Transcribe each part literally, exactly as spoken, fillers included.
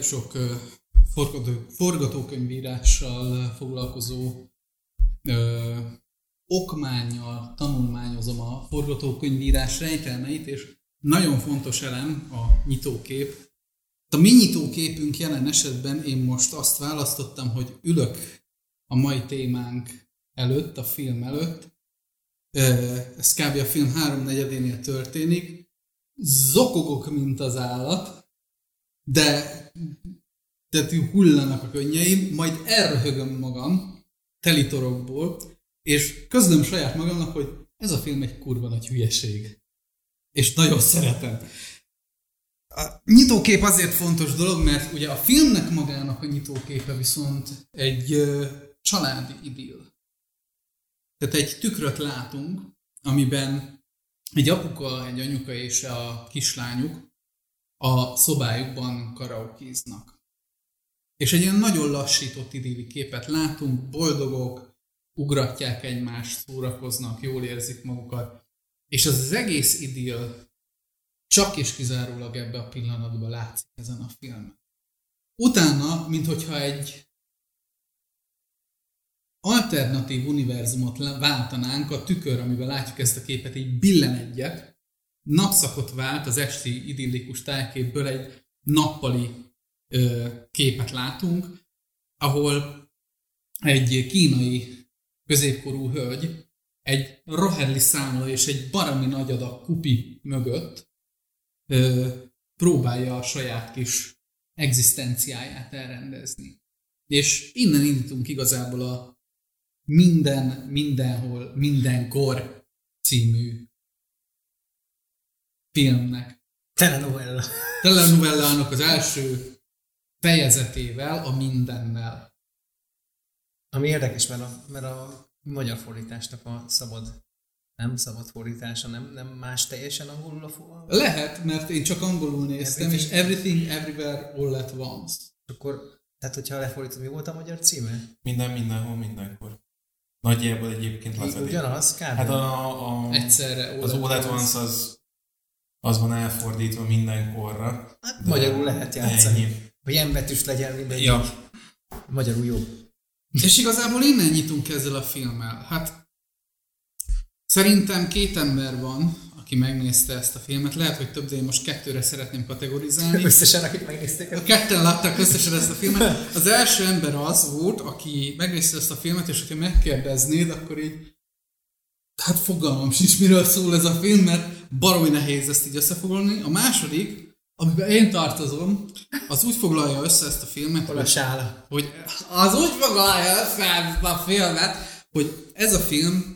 sok forgató, forgatókönyvírással foglalkozó ö, okmánnyal tanulmányozom a forgatókönyvírás rejtelmeit, és nagyon fontos elem a nyitókép. A mi nyitóképünk jelen esetben én most azt választottam, hogy ülök a mai témánk előtt, a film előtt. Ez kb. A film háromnegyedénél történik. Zokogok, mint az állat, de, de hullanak a könnyeim, majd elröhögöm magam telitorokból, és közlöm saját magamnak, hogy ez a film egy kurva nagy hülyeség. És nagyon szeretem. A nyitókép azért fontos dolog, mert ugye a filmnek magának a nyitóképe viszont egy ö, családi idill. Tehát egy tükröt látunk, amiben egy apuka, egy anyuka és a kislányuk a szobájukban karaokéznak. És egy ilyen nagyon lassított idilli képet látunk, boldogok, ugratják egymást, szórakoznak, jól érzik magukat. És az, az egész idill csak és kizárólag ebbe a pillanatban látszik ezen a filmen. Utána, minthogyha egy alternatív univerzumot váltanánk, a tükör, amiben látjuk ezt a képet, így billen egyet, napszakot vált az esti idillikus tájképből, egy nappali ö, képet látunk, ahol egy kínai középkorú hölgy egy rohelli számla és egy baromi nagy adag kupi mögött ö, próbálja a saját kis egzisztenciáját elrendezni. És innen indítunk igazából a Minden, mindenhol, mindenkor című filmnek. Telenovella. Telenovellának az első fejezetével, a mindennel. Ami érdekes, mert a, mert a magyar fordításnak a szabad, nem szabad fordítása, nem, nem más teljesen angolul a fordítás? Lehet, mert én csak angolul néztem, everything, és Everything, Everywhere, All at Once. Akkor, tehát hogyha lefordítod, mi volt a magyar címe? Minden, mindenhol, mindenkor. Nagyjából egyébként lazadik. Ugyanaz, kb. Hát a, a, Egyszerre. az All at Once az, az van elfordítva mindenkorra. Hát magyarul lehet játszani. Ennyi. Hogy embetűs legyen mindegy. Ja. Magyarul jobb. És igazából innen nyitunk ezzel a filmmel. Hát szerintem két ember van, aki megnézte ezt a filmet. Lehet, hogy több, de én most kettőre szeretném kategorizálni. Összesen, akik megnézték. A ketten látták összesen ezt a filmet. Az első ember az volt, aki megnézte ezt a filmet, és hogyha megkérdeznéd, akkor így hát fogalmam sincs, miről szól ez a film, mert baromi nehéz ezt így összefoglalni. A második, amiben én tartozom, az úgy foglalja össze ezt a filmet, Hol a sála? hogy az úgy foglalja össze ezt a filmet, hogy ez a film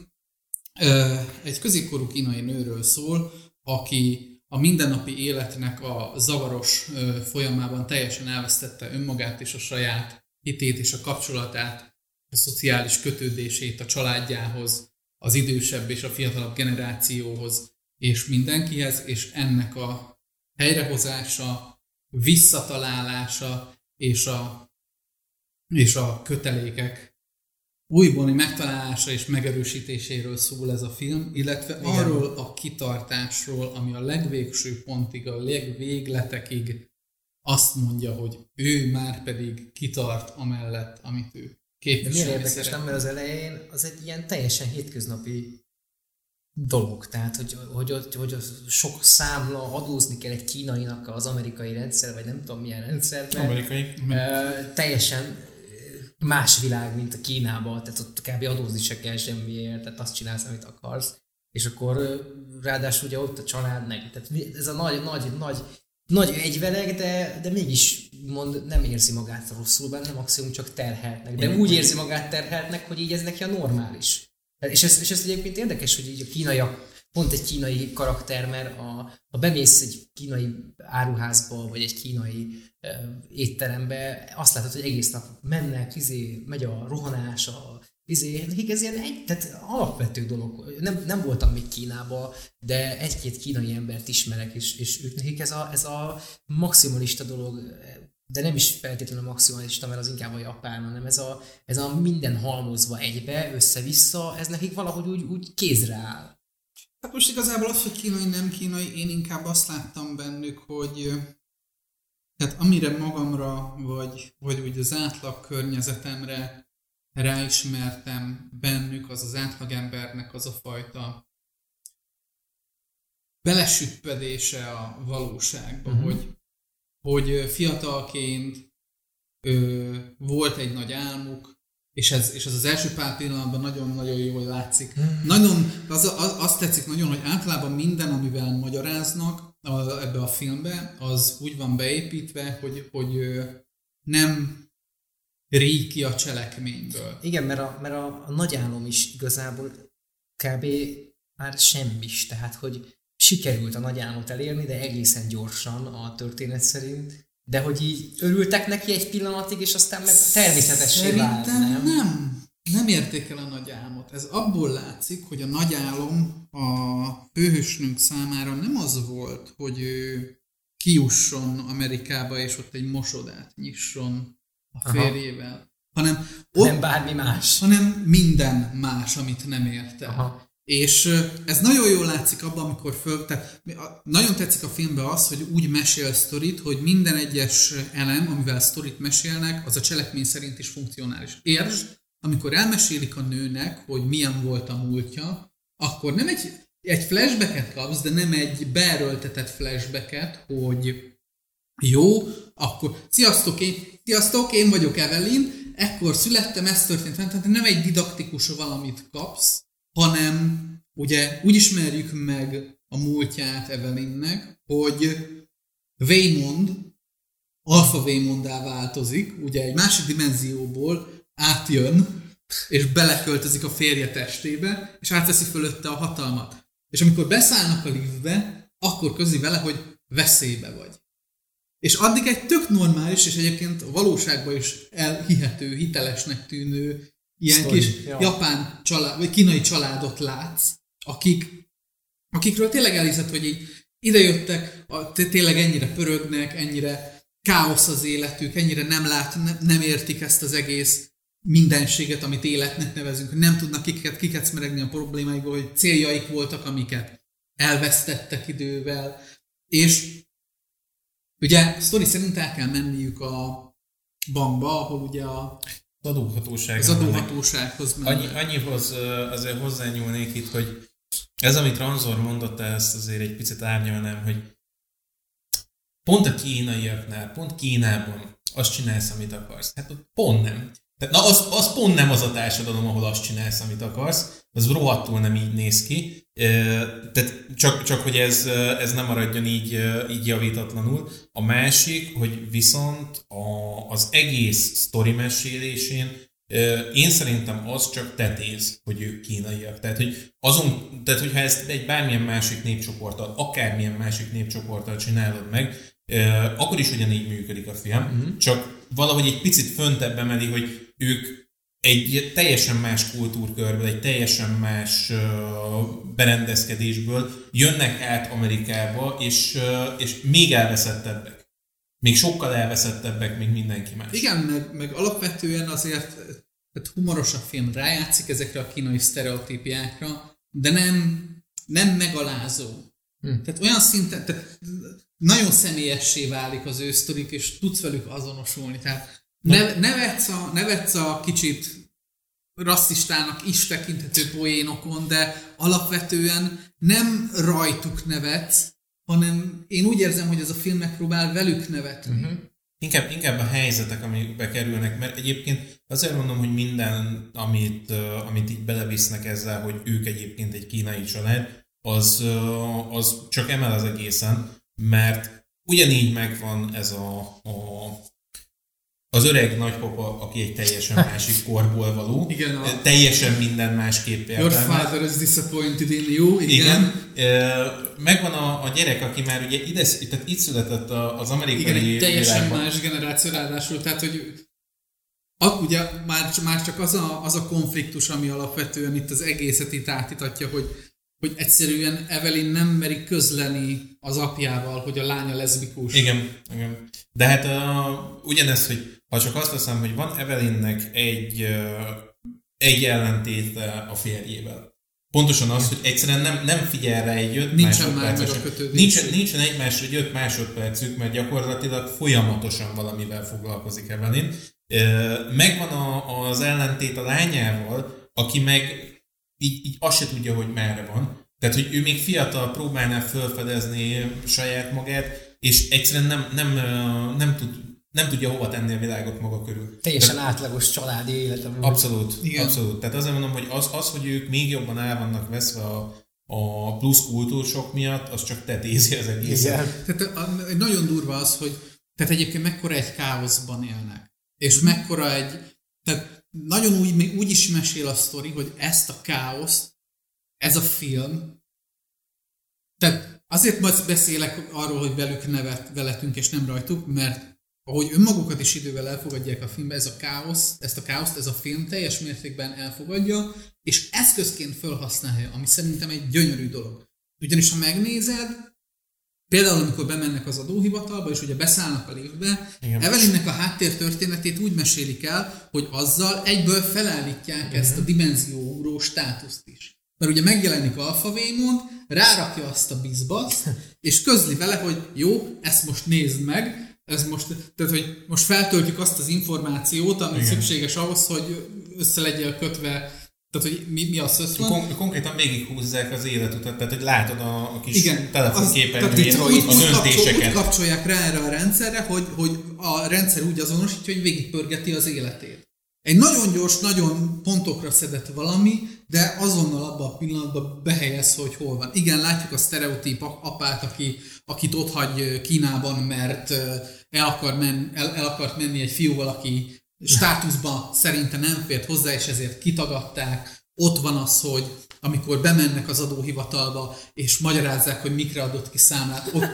egy középkorú kínai nőről szól, aki a mindennapi életnek a zavaros folyamában teljesen elvesztette önmagát és a saját hitét és a kapcsolatát, a szociális kötődését a családjához, az idősebb és a fiatalabb generációhoz és mindenkihez, és ennek a helyrehozása, visszatalálása és a, és a kötelékek újbóli megtalálása és megerősítéséről szól ez a film, illetve igen, arról a kitartásról, ami a legvégső pontig, a legvégletekig azt mondja, hogy ő már pedig kitart amellett, amit ő képviselni Milyen érdekes, szeretne. nem? Mert az elején az egy ilyen teljesen hétköznapi dolog. Tehát, hogy, hogy, hogy, hogy sok számla adózni kell egy kínainak az amerikai rendszer, vagy nem tudom milyen rendszerben. Amerikai. Uh, teljesen más világ, mint a Kínában, tehát ott kb. Adózni se kell semmiért, tehát azt csinálsz, amit akarsz. És akkor ráadásul ugye ott a család meg. Tehát ez a nagy, nagy, nagy, nagy egyveleg, de, de mégis mond, nem érzi magát rosszul benne, maximum csak terheltnek. De úgy érzi magát terheltnek, hogy így ez neki a normális. És ez, és ez egyébként érdekes, hogy így a kínaiak, pont egy kínai karakter, mert a, ha bemész egy kínai áruházba, vagy egy kínai uh, étterembe, azt látod, hogy egész nap mennek, izé, megy a rohanás, a, izé, nekik ez ilyen egy, tehát alapvető dolog. Nem, nem voltam még Kínában, de egy-két kínai embert ismerek, és, és ők nekik ez a, ez a maximalista dolog, de nem is feltétlenül maximalista, mert az inkább a japán, hanem ez a, ez a minden halmozva egybe, össze-vissza, ez nekik valahogy úgy, úgy kézre áll. Hát most igazából az, hogy kínai, nem kínai, én inkább azt láttam bennük, hogy tehát amire magamra, vagy, vagy úgy az átlag környezetemre ráismertem bennük, az az átlagembernek az a fajta belesüppedése a valóságba, uh-huh. hogy, hogy fiatalként ö, volt egy nagy álmuk, és ez, és ez az első pár pillanatban nagyon-nagyon jól látszik. Uh-huh. Nagyon, az, az, azt tetszik nagyon, hogy általában minden, amivel magyaráznak a, ebbe a filmbe, az úgy van beépítve, hogy, hogy ö, nem ríj ki a cselekményből. Igen, mert a, mert a, a nagy álom is igazából kb. Már semmis, tehát hogy sikerült a nagy álmot elérni, de egészen gyorsan a történet szerint, de hogy így örültek neki egy pillanatig, és aztán meg természetessé vált, nem? nem. Nem érték el a nagy álmot. Ez abból látszik, hogy a nagy álom a főhősnünk számára nem az volt, hogy ő kijusson Amerikába, és ott egy mosodát nyisson a férjével, hanem, ott, nem bármi más. hanem minden más, amit nem ért el. Aha. És ez nagyon jól látszik abban, amikor föl... Tehát nagyon tetszik a filmben az, hogy úgy mesél sztorit, hogy minden egyes elem, amivel sztorit mesélnek, az a cselekmény szerint is funkcionális. Értsd, amikor elmesélik a nőnek, hogy milyen volt a múltja, akkor nem egy, egy flashbacket kapsz, de nem egy beerőltetett flashbacket, hogy jó, akkor sziasztok, én, sziasztok, én vagyok Evelyn, ekkor születtem, ez történt, tehát nem egy didaktikus valamit kapsz, hanem ugye úgy ismerjük meg a múltját Evelynnek, hogy Waymond Alpha Waymonddá változik, ugye egy másik dimenzióból átjön, és beleköltözik a férje testébe, és átveszi fölötte a hatalmat. És amikor beszállnak a liftbe, akkor közli vele, hogy veszélybe vagy. És addig egy tök normális, és egyébként a valóságban is elhihető, hitelesnek tűnő ilyen Story. kis ja. japán család, vagy kínai családot látsz, akik, akikről tényleg elhiszed, hogy így idejöttek, a, tényleg ennyire pörögnek, ennyire káosz az életük, ennyire nem lát, ne, nem értik ezt az egész mindenséget, amit életnek nevezünk, hogy nem tudnak kiket, kiket szmeregni a problémáikból, hogy céljaik voltak, amiket elvesztettek idővel, és ugye sztori szerint el kell menniük a bankba, ahol ugye a Az adóhatóság. Az adóhatósághoz Annyi, annyihoz azért hozzányúlnék itt, hogy ez, amit Ranzor mondott, ezt azért egy picit árnyalnám, hogy pont a kínaiaknál, pont Kínában azt csinálsz, amit akarsz. Hát ott pont nem. Tehát, na, az, az pont nem az a társadalom, ahol azt csinálsz, amit akarsz. Az rohadtul nem így néz ki. Tehát csak, csak hogy ez, ez nem maradjon így, így javítatlanul. A másik, hogy viszont a, az egész sztori mesélésén én szerintem az csak tetéz, hogy ők kínaiak. Tehát, hogy azon, tehát, hogyha ezt egy bármilyen másik népcsoporttal, akármilyen másik népcsoporttal csinálod meg, akkor is ugyanígy működik a film, mm-hmm. csak valahogy egy picit föntebb emeli, hogy ők egy teljesen más kultúrkörből, egy teljesen más uh, berendezkedésből jönnek át Amerikába, és, uh, és még elveszettebbek. Még sokkal elveszettebbek, mint mindenki más. Igen, meg, meg alapvetően azért tehát humoros a film, rájátszik ezekre a kínai sztereotípiákra, de nem, nem megalázó. Hm. Tehát olyan szinten, tehát nagyon személyessé válik az ő sztorik, és tudsz velük azonosulni. Tehát Ne, nevetsz, a, nevetsz a kicsit rasszistának is tekinthető poénokon, de alapvetően nem rajtuk nevetsz, hanem én úgy érzem, hogy ez a film megpróbál velük nevetni. Uh-huh. Inkább, inkább a helyzetek, amikbe kerülnek, mert egyébként azért mondom, hogy minden, amit, uh, amit így belevisznek ezzel, hogy ők egyébként egy kínai család, az, uh, az csak emel az egészen, mert ugyanígy megvan ez a, a az öreg nagypapa, aki egy teljesen másik korból való, igen, a... teljesen minden másképp értelme. Your father is disappointed in you, igen. igen. Megvan a, a gyerek, aki már ugye ide, tehát itt született az amerikai igen, egy teljesen világban. Más generáció ráadásul, tehát hogy a, ugye már, már csak az a, az a konfliktus, ami alapvetően itt az egészet itt átítatja, hogy, hogy egyszerűen Evelyn nem meri közleni az apjával, hogy a lánya leszbikus. Igen, igen. De hát uh, ugyanez, hogy ha csak azt veszem, hogy van Evelynnek egy, uh, egy ellentéte a férjével. Pontosan az, hogy egyszerűen nem, nem figyel rá egy öt nincsen másodpercet. Nincsen, nincsen egymásra egy öt másodpercük, mert gyakorlatilag folyamatosan valamivel foglalkozik Evelyn. Megvan a, az ellentét a lányával, aki meg így, így azt se tudja, hogy merre van. Tehát, hogy ő még fiatal, próbálná felfedezni saját magát, és egyszerűen nem, nem, nem, tud, nem tudja hova tenni a világot maga körül. Teljesen Tehát, átlagos családi élete. Abszolút, igen. abszolút. Tehát azért mondom, hogy az, az, hogy ők még jobban el vannak veszve a, a plusz kultúrsok miatt, az csak tetézi az egészet. Tehát a, a, nagyon durva az, hogy tehát egyébként mekkora egy káoszban élnek. És mekkora egy... Tehát nagyon úgy, úgy is mesél a sztori, hogy ezt a káoszt, ez a film, tehát azért majd beszélek arról, hogy velük nevet, veletünk és nem rajtuk, mert ahogy önmagukat is idővel elfogadják a filmbe, ez a káosz, ezt a káoszt ez a film teljes mértékben elfogadja, és eszközként felhasználja, ami szerintem egy gyönyörű dolog. Ugyanis ha megnézed, például amikor bemennek az adóhivatalba, és ugye beszállnak a liftbe, Evelynnek a háttértörténetét úgy mesélik el, hogy azzal egyből felállítják uh-huh. ezt a dimenzióugró státuszt is. Mert ugye megjelenik Alpha Waymond, rárakja azt a bizbaszt, és közli vele, hogy jó, ezt most nézd meg, ez most, tehát, hogy most feltöltjük azt az információt, ami igen. szükséges ahhoz, hogy össze legyél kötve, tehát, hogy mi, mi az össze van. Kon- konkrétan végighúzzák az életutat, tehát, hogy látod a, a kis igen, telefonképernyőjén a döntéseket. Úgy kapcsolják rá erre a rendszerre, hogy, hogy a rendszer úgy azonosítja, hogy végigpörgeti az életét. Egy nagyon gyors, nagyon pontokra szedett valami, de azonnal abban a pillanatban behelyez, hogy hol van. Igen, látjuk a sztereotíp apát, aki, akit ott hagy Kínában, mert el, akar men, el, el akart menni egy fiúval, aki státuszba szerinte nem fért hozzá, és ezért kitagadták. Ott van az, hogy amikor bemennek az adóhivatalba, és magyarázzák, hogy mikre adott ki számlát. Ott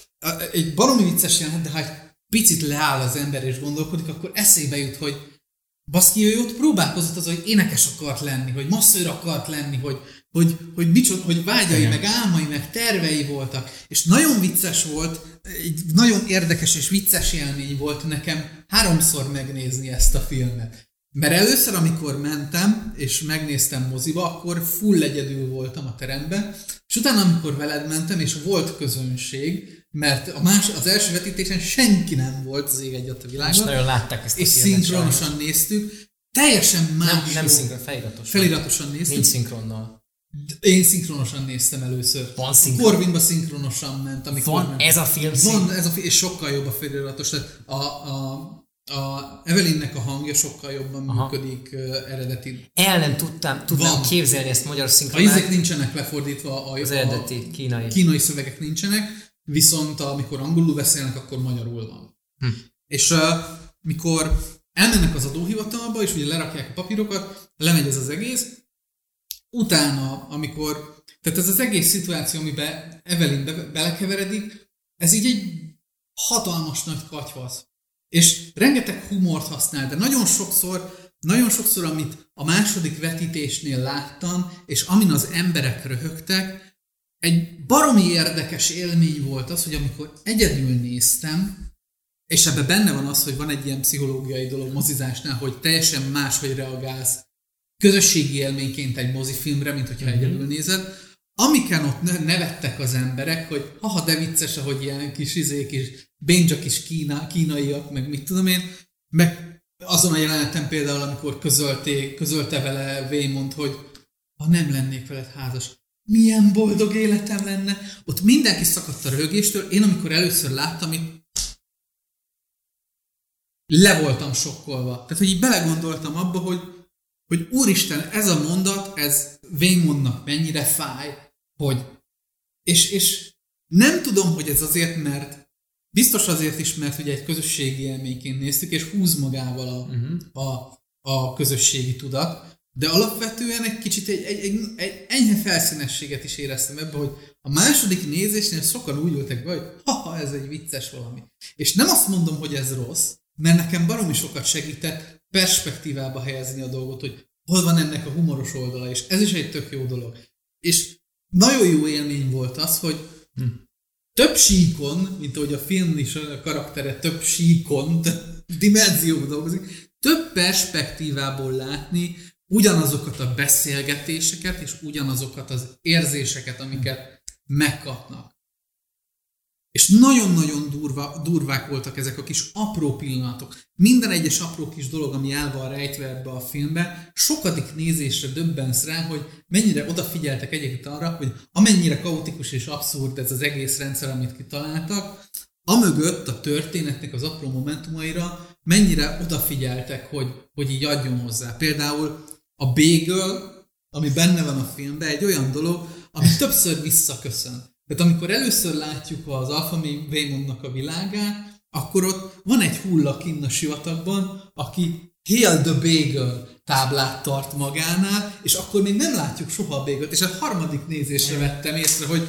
egy baromi vicces jelent, de ha egy picit leáll az ember és gondolkodik, akkor eszébe jut, hogy baszki, ő ott próbálkozott az, hogy énekes akart lenni, hogy masszőr akart lenni, hogy, hogy, hogy, micsoda, hogy vágyai, igen. meg álmai, meg tervei voltak. És nagyon vicces volt, egy nagyon érdekes és vicces élmény volt nekem háromszor megnézni ezt a filmet. Mert először, amikor mentem, és megnéztem moziba, akkor full egyedül voltam a teremben, és utána, amikor veled mentem, és volt közönség, mert a más, az első vetítésen senki nem volt az ég egyet a világon. És nagyon látták ezt a és szinkronosan sajnos. Néztük. Teljesen más. Nem, nem szinkron, feliratosan. Feliratosan néztük. Nincs szinkronnal. Én szinkronosan néztem először. Van szinkron. Corvinba szinkronosan ment. Van ment. ez a film Van ez a film, és sokkal jobb a feliratos. Tehát a, a, a Evelynnek a hangja sokkal jobban aha. működik uh, eredeti. El nem tudtam, tudnám van. képzelni ezt magyar szinkronát. A izék nincsenek lefordítva. A, az eredeti kínai. Kínai szövegek nincsenek. Viszont amikor angolul beszélnek, akkor magyarul van. Hm. És uh, mikor elmennek az adóhivatalba, és ugye lerakják a papírokat, lemegy ez az egész, utána, amikor, tehát ez az egész szituáció, amiben Evelyn be, belekeveredik, ez így egy hatalmas nagy katyvasz. És rengeteg humort használ, de nagyon sokszor, nagyon sokszor, amit a második vetítésnél láttam, és amin az emberek röhögtek, egy baromi érdekes élmény volt az, hogy amikor egyedül néztem, és ebben benne van az, hogy van egy ilyen pszichológiai dolog mozizásnál, hogy teljesen máshogy reagálsz közösségi élményként egy mozifilmre, mint hogyha mm-hmm. egyedül nézed, amiken ott nevettek az emberek, hogy haha, de vicces, ahogy ilyen kis izék is, bénja kis kína, kínaiak, meg mit tudom én, meg azon a jeleneten például, amikor közölték, közölte vele Waymond, hogy ha nem lennék veled házas, milyen boldog életem lenne. Ott mindenki szakadt a röhögéstől. Én amikor először láttam, itt le voltam sokkolva. Tehát, hogy így belegondoltam abba, hogy, hogy úristen, ez a mondat, ez Waymondnak mennyire fáj, hogy és, és nem tudom, hogy ez azért, mert biztos azért is, mert ugye egy közösségi élményként néztük, és húz magával a, uh-huh. a, a közösségi tudat, de alapvetően egy kicsit egy, egy, egy, egy enyhe felszínességet is éreztem ebben, hogy a második nézésnél sokan úgy ültek be, hogy haha, ez egy vicces valami. És nem azt mondom, hogy ez rossz, mert nekem baromi sokat segített perspektívába helyezni a dolgot, hogy hol van ennek a humoros oldala, és ez is egy tök jó dolog. És nagyon jó élmény volt az, hogy hm. több síkon, mint ahogy a film is a karaktere több síkon, dimenzióban dolgozik, több perspektívából látni ugyanazokat a beszélgetéseket, és ugyanazokat az érzéseket, amiket megkapnak. És nagyon-nagyon durva, durvák voltak ezek a kis apró pillanatok. Minden egyes apró kis dolog, ami el van rejtve ebbe a filmbe, sokadik nézésre döbbensz rá, hogy mennyire odafigyeltek egyébként arra, hogy amennyire kaotikus és abszurd ez az egész rendszer, amit kitaláltak, amögött a történetnek az apró momentumaira mennyire odafigyeltek, hogy, hogy így adjon hozzá. Például a bagel, ami benne van a filmben, egy olyan dolog, ami többször visszaköszön. Tehát amikor először látjuk az Alpha Waymondnak a világát, akkor ott van egy hulla kinn a sivatagban, aki Hail the Bagel táblát tart magánál, és akkor még nem látjuk soha a bagelt, és a harmadik nézésre vettem észre, hogy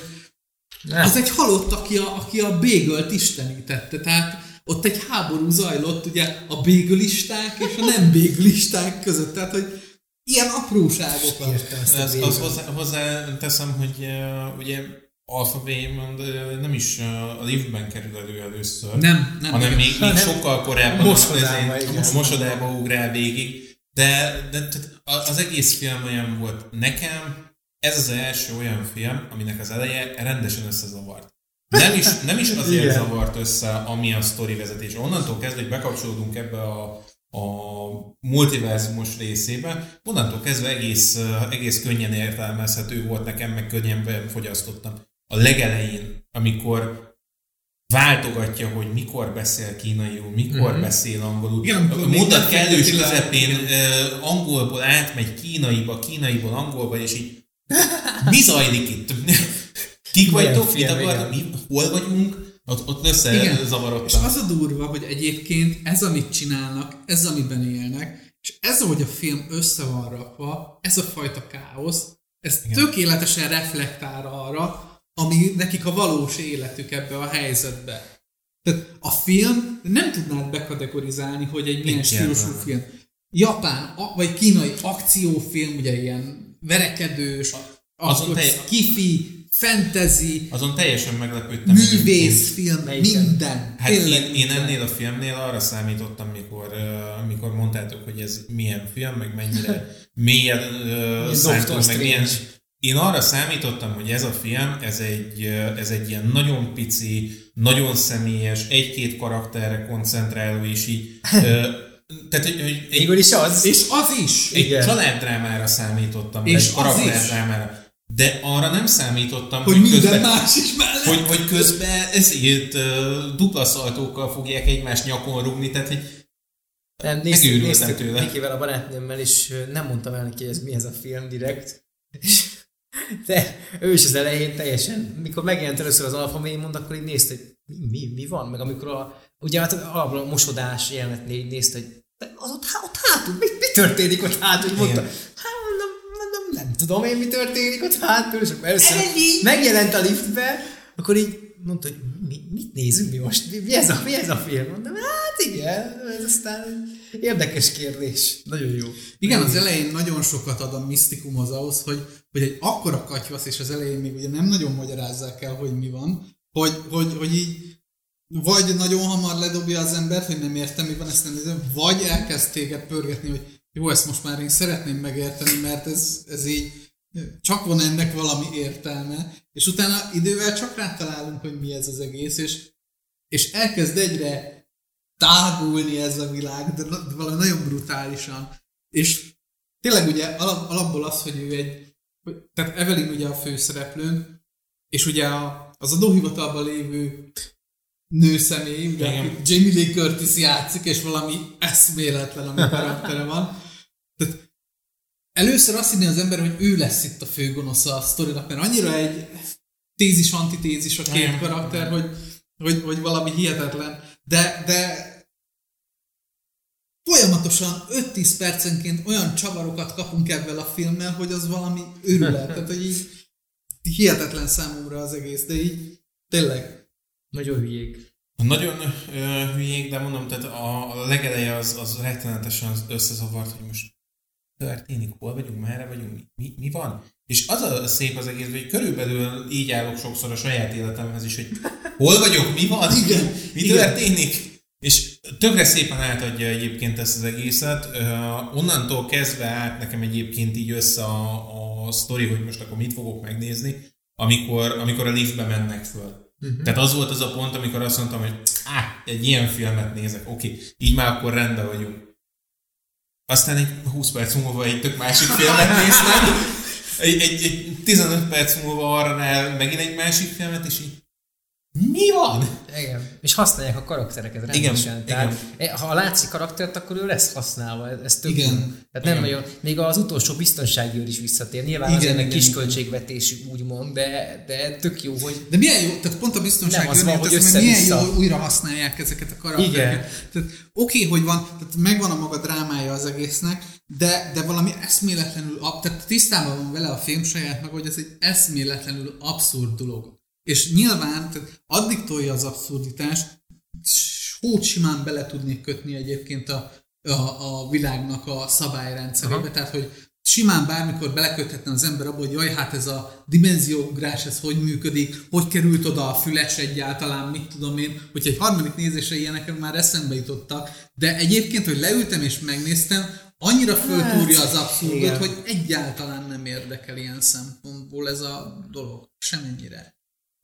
az egy halott, aki a, aki a bagelt istenítette. Tehát ott egy háború zajlott ugye a bagelisták és a nem bagelisták között. Tehát, hogy ilyen apróságokat. Ez, az hozzá, hozzá teszem, hogy uh, ugye Alpha Waymond uh, nem is uh, a liftben kerül elő először, nem, nem, hanem nem. még, még sokkal korábban mosodába, a, a mosodába ugrál végig. De, de az egész film olyan volt. Nekem ez az első olyan film, aminek az eleje rendesen összezavart. Nem is, nem is azért Igen. zavart össze, ami a sztori vezetés. Onnantól kezdve, hogy bekapcsolódunk ebbe a, a multiverzumos részébe, onnantól kezdve egész, egész könnyen értelmezhető volt nekem, meg könnyen fogyasztottam. A legelején, amikor váltogatja, hogy mikor beszél kínaiul, mikor mm-hmm. beszél angolul. Igen, a mondat kellős közepén uh, angolból átmegy kínaiba, kínaiból angolba, és így mi zajlik itt? Kik vagytok? Mit akar? Mi? Hol vagyunk? Ott, ott összezavarodtam. És az a durva, hogy egyébként ez, amit csinálnak, ez, amiben élnek, és ez, ahogy a film össze van rakva, ez a fajta káosz, ez igen. tökéletesen reflektál arra, ami nekik a valós életük ebbe a helyzetbe. Tehát a film nem tudnád bekategorizálni, hogy egy milyen stílusú film. Japán, vagy kínai akciófilm, ugye ilyen verekedős, akkor telj- kifi, fantasy, azon teljesen meglepődtem. Művészfilm, minden. Hát én, én ennél a filmnél arra számítottam, mikor, uh, mikor mondtátok, hogy ez milyen film, meg mennyire milyen uh, szántól, meg milyen... Én arra számítottam, hogy ez a film, ez egy, ez egy ilyen nagyon pici, nagyon személyes, egy-két karakterre koncentráló, és így... Tehát, hogy, hogy egy, is az. És az is. Egy igen. családdrámára számítottam, és egy karakterdrámára. De arra nem számítottam, hogy, hogy minden közben, más is mellett. Hogy, hogy közben ezért uh, dupla szaltókkal fogják egymást nyakon rúgni, tehát hogy nem, néztük, néztük Mikivel, a barátnőmmel, és nem mondtam el neki, hogy ez mi ez a film direkt. De ő is az elején teljesen, mikor megjelent először az Alpha Waymond, akkor így nézte, hogy mi, mi, mi van, meg amikor a, ugye hát alapból a mosodás jelenet nézte, hogy az ott, ott hátul, mi, mi történik ott hátul, hogy mondta, hát mondom, mondom, nem tudom én, mi történik ott hátul, és akkor először megjelent a liftbe, akkor így mondta, hogy mi, mit nézünk mi most, mi, mi, ez a, mi ez a film? Mondom, hát igen, ez aztán érdekes kérdés, nagyon jó. Igen, az elején nagyon sokat ad a misztikum az ahhoz, hogy, hogy egy akkora katyvasz, és az elején még ugye nem nagyon magyarázzák el, hogy mi van, hogy, hogy, hogy így vagy nagyon hamar ledobja az embert, hogy nem értem, mi van, ezt nem nézem, vagy elkezd téged pörgetni, hogy jó, ezt most már én szeretném megérteni, mert ez, ez így csak van ennek valami értelme, és utána idővel csak rátalálunk, hogy mi ez az egész, és, és elkezd egyre tágulni ez a világ, de valami nagyon brutálisan. És tényleg ugye alap, alapból az, hogy ő egy, tehát Evelyn ugye a főszereplőnk, és ugye a, az adóhivatalban lévő nőszemély, ugye, Jamie Lee Curtis játszik, és valami eszméletlen, ami karaktere van. Tehát először azt hinné az ember, hogy ő lesz itt a főgonosza a sztorinak, mert annyira egy tézis-antitézis a két karakter, hogy, hogy, hogy valami hihetetlen. De, de folyamatosan öt-tíz percenként olyan csavarokat kapunk ebben a filmmel, hogy az valami őrület. Tehát, hogy így hihetetlen számomra az egész, de így tényleg. Nagyon hülyék. Nagyon uh, hülyék, de mondom, tehát a, a legeleje az, az rettenetesen összezavart, hogy most történik, hol vagyunk, merre vagyunk, mi, mi, mi van? És az a szép az egész, hogy körülbelül így állok sokszor a saját életemhez is, hogy hol vagyok, mi van, igen, mi igen. történik? És tökre szépen átadja egyébként ezt az egészet. Uh, onnantól kezdve át nekem egyébként így össze a, a sztori, hogy most akkor mit fogok megnézni, amikor, amikor a liftbe mennek föl. Uh-huh. Tehát az volt az a pont, amikor azt mondtam, hogy áh, egy ilyen filmet nézek, oké, okay, így már akkor rendben vagyunk. Aztán egy húsz perc múlva egy tök másik filmet néztem, egy, egy, egy tizenöt perc múlva arra rá megint egy másik filmet, és így mi van? Igen. És használják a karaktereket rendesen. Igen, tehát, igen. Ha látszik karaktert, akkor ő lesz használva. Ez tök igen. Tehát nem igen. nagyon, még az utolsó biztonsági őr is visszatér. Nyilván igen, azért ennek kisköltségvetésű úgymond, de, de tök jó, hogy... De milyen jó, tehát pont a biztonsági őr, van, hogy össze milyen jó, hogy újra használják ezeket a karaktereket. Tehát oké, okay, hogy van, tehát megvan a maga drámája az egésznek, de, de valami eszméletlenül, tehát tisztában van vele a film saját meg, hogy ez egy eszméletlenül abszurd dolog. És nyilván tehát addig tolja az abszurditást, hót simán bele tudnék kötni egyébként a, a, a világnak a szabályrendszerébe, aha. Tehát hogy simán bármikor beleköthetne az ember abba, hogy jaj, hát ez a dimenzióugrás, ez hogy működik, hogy került oda a füles egyáltalán, mit tudom én, hogy egy harmadik nézésre ilyenek már eszembe jutottak, de egyébként, hogy leültem és megnéztem, annyira föltúrja az abszurdot, igen. Hogy egyáltalán nem érdekel ilyen szempontból ez a dolog, semennyire.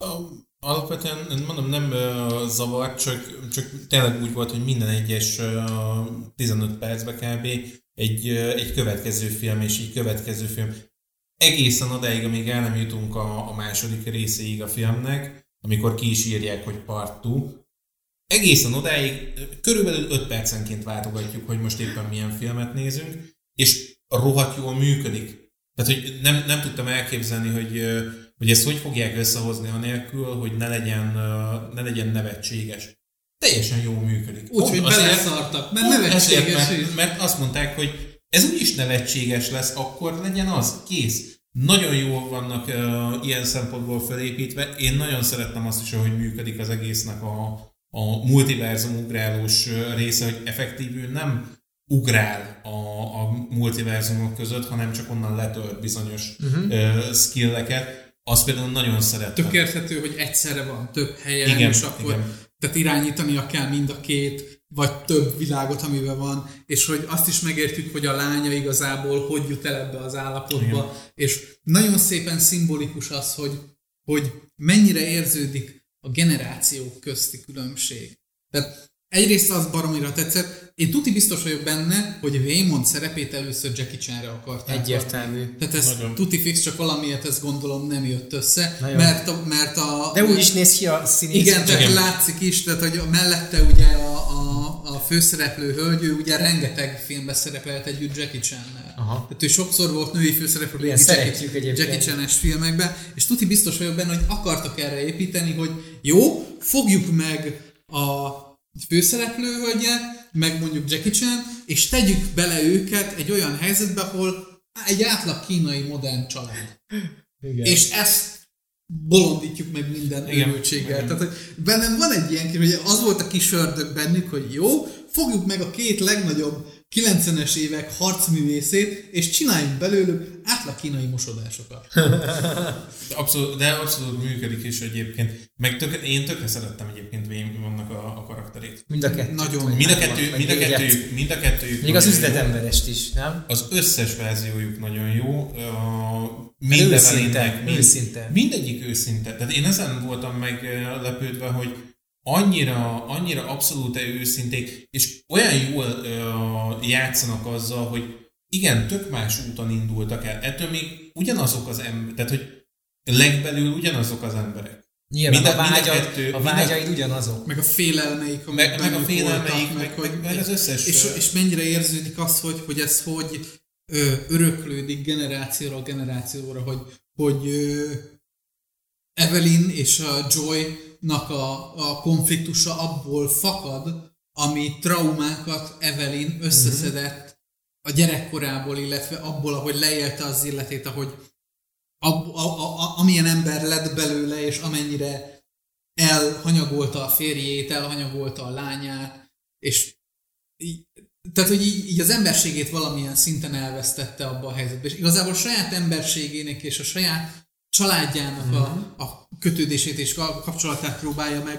Alapvetően mondom, nem uh, zavart, csak, csak tényleg úgy volt, hogy minden egyes uh, tizenöt percben kb. Egy, uh, egy következő film, és egy következő film. Egészen odáig, amíg el nem jutunk a, a második részéig a filmnek, amikor ki is írják, hogy part kettő, egészen odáig körülbelül öt percenként váltogatjuk, hogy most éppen milyen filmet nézünk, és rohadt jól működik. Tehát, hogy nem, nem tudtam elképzelni, hogy hogy ezt hogy fogják összehozni anélkül, hogy ne legyen, ne legyen nevetséges. Teljesen jól működik. Úgyhogy beleszartak, mert nevetséges azért, mert, mert azt mondták, hogy ez úgyis nevetséges lesz, akkor legyen az, kész. Nagyon jól vannak uh, ilyen szempontból felépítve. Én nagyon szerettem azt is, hogy működik az egésznek a, a multiverzum ugrálós része, hogy effektívül nem ugrál a, a multiverzumok között, hanem csak onnan letölt bizonyos uh-huh. uh, skilleket. Azt például nagyon szerettem. Tök érthető, hogy egyszerre van több helyen, igen, és akkor igen. Tehát irányítania kell mind a két, vagy több világot, amiben van, és hogy azt is megértjük, hogy a lánya igazából hogy jut el ebbe az állapotba, igen. És nagyon szépen szimbolikus az, hogy, hogy mennyire érződik a generációk közti különbség. Tehát egyrészt az baromira tetszett, én tuti biztos vagyok benne, hogy Waymond szerepét először Jackie Chanre akarták. Egyértelmű. Tehát ez nagyon. Tuti fix, csak valamiért ezt gondolom nem jött össze. Mert a, mert a... De úgy is néz ki a színész. Igen, tehát igen. Látszik is, tehát hogy mellette ugye a, a, a főszereplő hölgy, ő ugye rengeteg filmben szerepelt együtt Jackie Channel. Aha. Tehát ő sokszor volt női főszereplő Jackie, Jackie Chan-es filmekben, és tuti biztos vagyok benne, hogy akartak erre építeni, hogy jó, fogjuk meg a főszereplő hölgyet, meg mondjuk Jackie Chan, és tegyük bele őket egy olyan helyzetbe, ahol egy átlag kínai modern család. Igen. És ezt bolondítjuk meg minden őrültséggel. Tehát, hogy bennem van egy ilyen, hogy az volt a kis ördög bennük, hogy jó, fogjuk meg a két legnagyobb kilencvenes évek harcművészét, és csináljunk belőlük átlag kínai mosodásokat. Abszolút, de abszolút működik is egyébként. Meg tök, én tökre szerettem egyébként Waymondnak a, a karakterét. Mind a kettő. Nagyon. Mind a kettő, mind a kettőjük, mind a kettőjük. Még az üzletemberest is, nem? Az összes verziójuk nagyon jó. Mindenek, őszinte. Mindegyik őszinte. Tehát én ezen voltam meglepődve, hogy annyira, annyira abszolút őszinték, és olyan jól uh, játszanak azzal, hogy igen, tök más úton indultak el. Ettől még ugyanazok az emberek, tehát hogy legbelül ugyanazok az emberek. Nyilván mind a, a, vágyad, kettő, a vágyaid mind ugyanazok. Meg a félelmeik, meg, meg a félelmeik, voltak, meg, meg, meg az összes. És, és mennyire érződik az, hogy, hogy ez hogy ö, öröklődik generációra generációra, hogy, hogy ö, Evelyn és a Joy-nak a, a konfliktusa abból fakad, ami traumákat Evelyn összeszedett a gyerekkorából, illetve abból, ahogy leélte az életét, ahogy ab, a, a, a, amilyen ember lett belőle, és amennyire elhanyagolta a férjét, elhanyagolta a lányát, és így, tehát, hogy így, így az emberségét valamilyen szinten elvesztette abba a helyzetbe. És igazából a saját emberségének és a saját családjának a, a kötődését és a kapcsolatát próbálja meg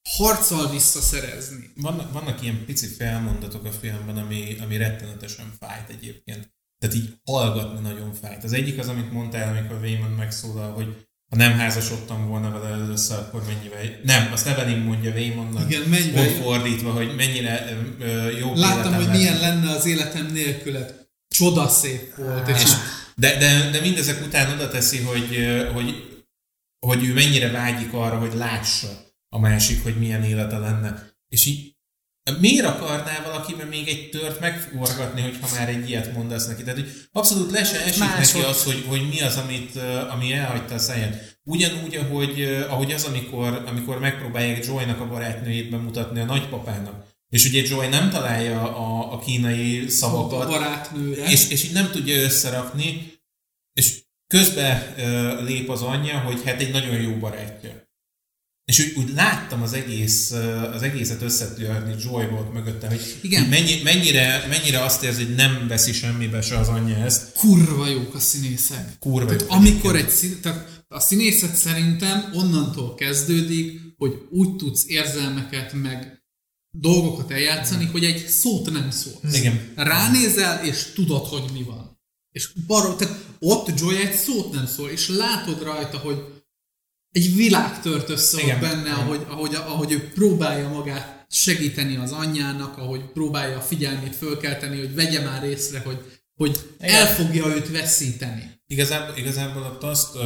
harccal visszaszerezni. Vannak, vannak ilyen pici felmondatok a filmben, ami, ami rettenetesen fájt egyébként. Tehát így hallgatni nagyon fájt. Az egyik az, amit mondtál, amikor Waymond megszólal, hogy ha nem házasodtam volna vele először, akkor mennyivel... Nem, azt Evelyn mondja Waymondnak, igen, mennyivel... fordítva, hogy mennyire ö, jobb láttam, hogy lett. milyen lenne az életem nélküled. Csodaszép volt. És... De, de, de mindezek után oda teszi, hogy, hogy, hogy ő mennyire vágyik arra, hogy lássa a másik, hogy milyen élete lenne. És így miért akarná valakiben még egy tört megforgatni, hogyha már egy ilyet mondasz neki? Tehát, hogy abszolút le se esik Másod. neki az, hogy, hogy mi az, amit, ami elhagyta a száját. Ugyanúgy, ahogy, ahogy az, amikor, amikor megpróbálják Joy-nak a barátnőjét bemutatni a nagypapának. És ugye Joy nem találja a, a kínai szavakat, a és, és így nem tudja összerakni, és közben uh, lép az anyja, hogy hát egy nagyon jó barátja. És úgy, úgy láttam az, egész, az egészet összetörni Joy volt mögötte, hogy igen. Mennyi, mennyire, mennyire azt érzi, hogy nem veszi semmibe se az anyja ezt. Kurva jók a színészek. Kurva tehát jók. Amikor egy szín, tehát a színészet szerintem onnantól kezdődik, hogy úgy tudsz érzelmeket meg dolgokat eljátszani, hogy egy szót nem szólsz. Igen. Ránézel, és tudod, hogy mi van. És bar, tehát ott Joy egy szót nem szól, és látod rajta, hogy egy világ tört össze ott benne, ahogy, ahogy, ahogy ő próbálja magát segíteni az anyjának, ahogy próbálja a figyelmét fölkelteni, hogy vegye már észre, hogy, hogy el fogja őt veszíteni. Igazából, igazából ott azt uh,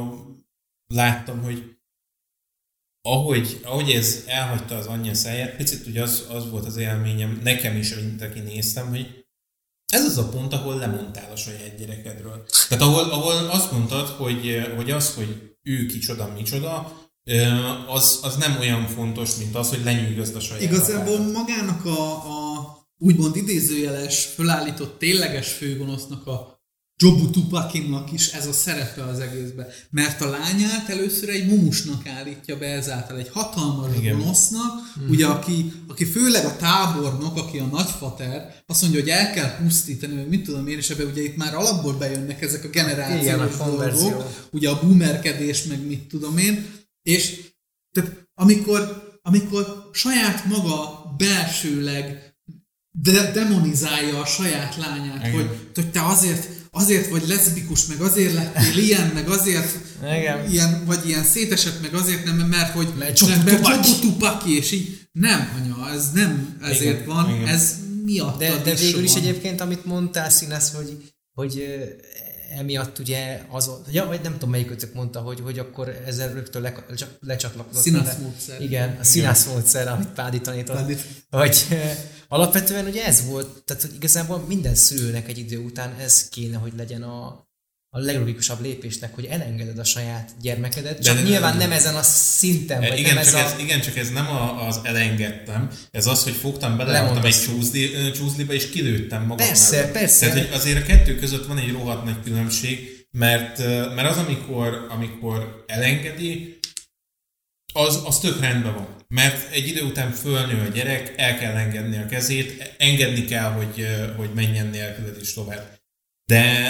láttam, hogy ahogy, ahogy ez elhagyta az anyja száját, picit ugye az, az volt az élményem, nekem is, mint aki néztem, hogy ez az a pont, ahol lemondtál a saját gyerekedről. Tehát ahol, ahol azt mondtad, hogy, hogy az, hogy ő kicsoda, micsoda, az, az nem olyan fontos, mint az, hogy lenyűgözd a saját Igazából apádat. Magának a, a úgymond idézőjeles, fölállított tényleges főgonosznak, a Jobu Tupakinnak is ez a szerepe az egészben. Mert a lányát először egy mumusnak állítja be ezáltal, egy hatalmas Igen. gonosznak, mm-hmm. ugye aki, aki főleg a tábornok, aki a nagyfater, azt mondja, hogy el kell pusztítani, hogy mit tudom én, és ebben ugye itt már alapból bejönnek ezek a generációs dolgok, ugye a boomerkedés, meg mit tudom én, és tehát amikor, amikor saját maga belsőleg de demonizálja a saját lányát, Igen. hogy, hogy te azért azért vagy leszbikus, meg azért lettél ilyen, meg azért ilyen, vagy ilyen szétesett, meg azért nem, mert hogy Jobu Tupaki, és így nem, anya, ez nem ezért igen, van, igen. ez miatt. De, de végül is van. Egyébként, amit mondtál, Színász, hogy, hogy emiatt ugye az, ja, vagy nem tudom melyikötök mondta, hogy, hogy akkor ezzel rögtön le, lecsatlakozott. Színász módszer. Igen, a színász módszer, amit Pádi tanított. Hogy alapvetően ugye ez volt, tehát hogy igazából minden szülőnek egy idő után ez kéne, hogy legyen a, a leglogikusabb lépésnek, hogy elengeded a saját gyermekedet, csak de nyilván nem, nem ezen a szinten, vagy igen, nem csak ez ez, a... Igen, csak ez nem az elengedtem, ez az, hogy fogtam bele egy csúszli, csúszliba, és kilőttem magam. Persze, mellett. persze. Tehát, hogy azért a kettő között van egy rohadt nagy különbség, mert, mert az, amikor, amikor elengedi, az, az tök rendben van. Mert egy idő után fölnő a gyerek, el kell engedni a kezét, engedni kell, hogy, hogy menjen nélküled is tovább. De...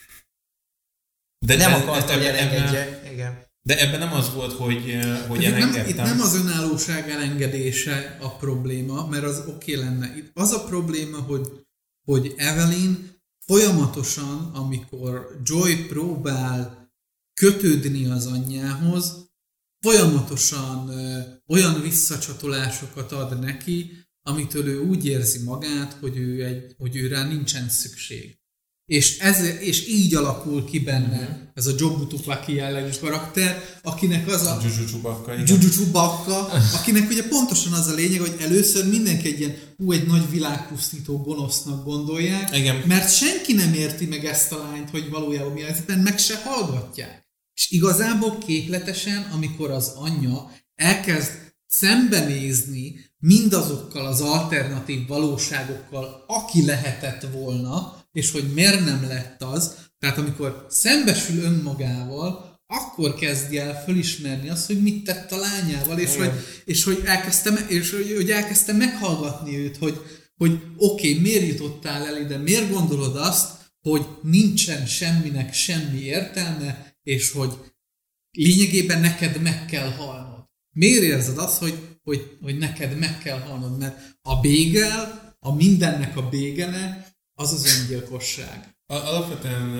de nem de, akarta, hogy elengedje. Igen. De ebben nem az volt, hogy, hogy itt elengedtem. Nem, itt nem az önállóság elengedése a probléma, mert az oké okay lenne. Itt az a probléma, hogy, hogy Evelyn folyamatosan, amikor Joy próbál kötődni az anyjához, folyamatosan ö, olyan visszacsatolásokat ad neki, amitől ő úgy érzi magát, hogy ő, egy, hogy ő rá nincsen szükség. És, ez, és így alakul ki benne mm-hmm. ez a Jobu Tupaki jellegű karakter, akinek az a... Juju Chewbacca, Juju Chewbacca, akinek ugye pontosan az a lényeg, hogy először mindenki egy ilyen, ú, egy nagy világpusztító gonosznak gondolják, igen. mert senki nem érti meg ezt a lányt, hogy valójában mi az, meg se hallgatják. És igazából képletesen, amikor az anyja elkezd szembenézni mindazokkal az alternatív valóságokkal, aki lehetett volna, és hogy miért nem lett az, tehát amikor szembesül önmagával, akkor kezdje el fölismerni azt, hogy mit tett a lányával, és, hogy, és, hogy, elkezdte, és hogy, hogy elkezdte meghallgatni őt, hogy, hogy oké, okay, miért jutottál el ide, miért gondolod azt, hogy nincsen semminek semmi értelme, és hogy lényegében neked meg kell halnod. Miért érzed azt, hogy hogy, hogy neked meg kell halnod, mert a bégel, a mindennek a bégele, az az öngyilkosság. Alapvetően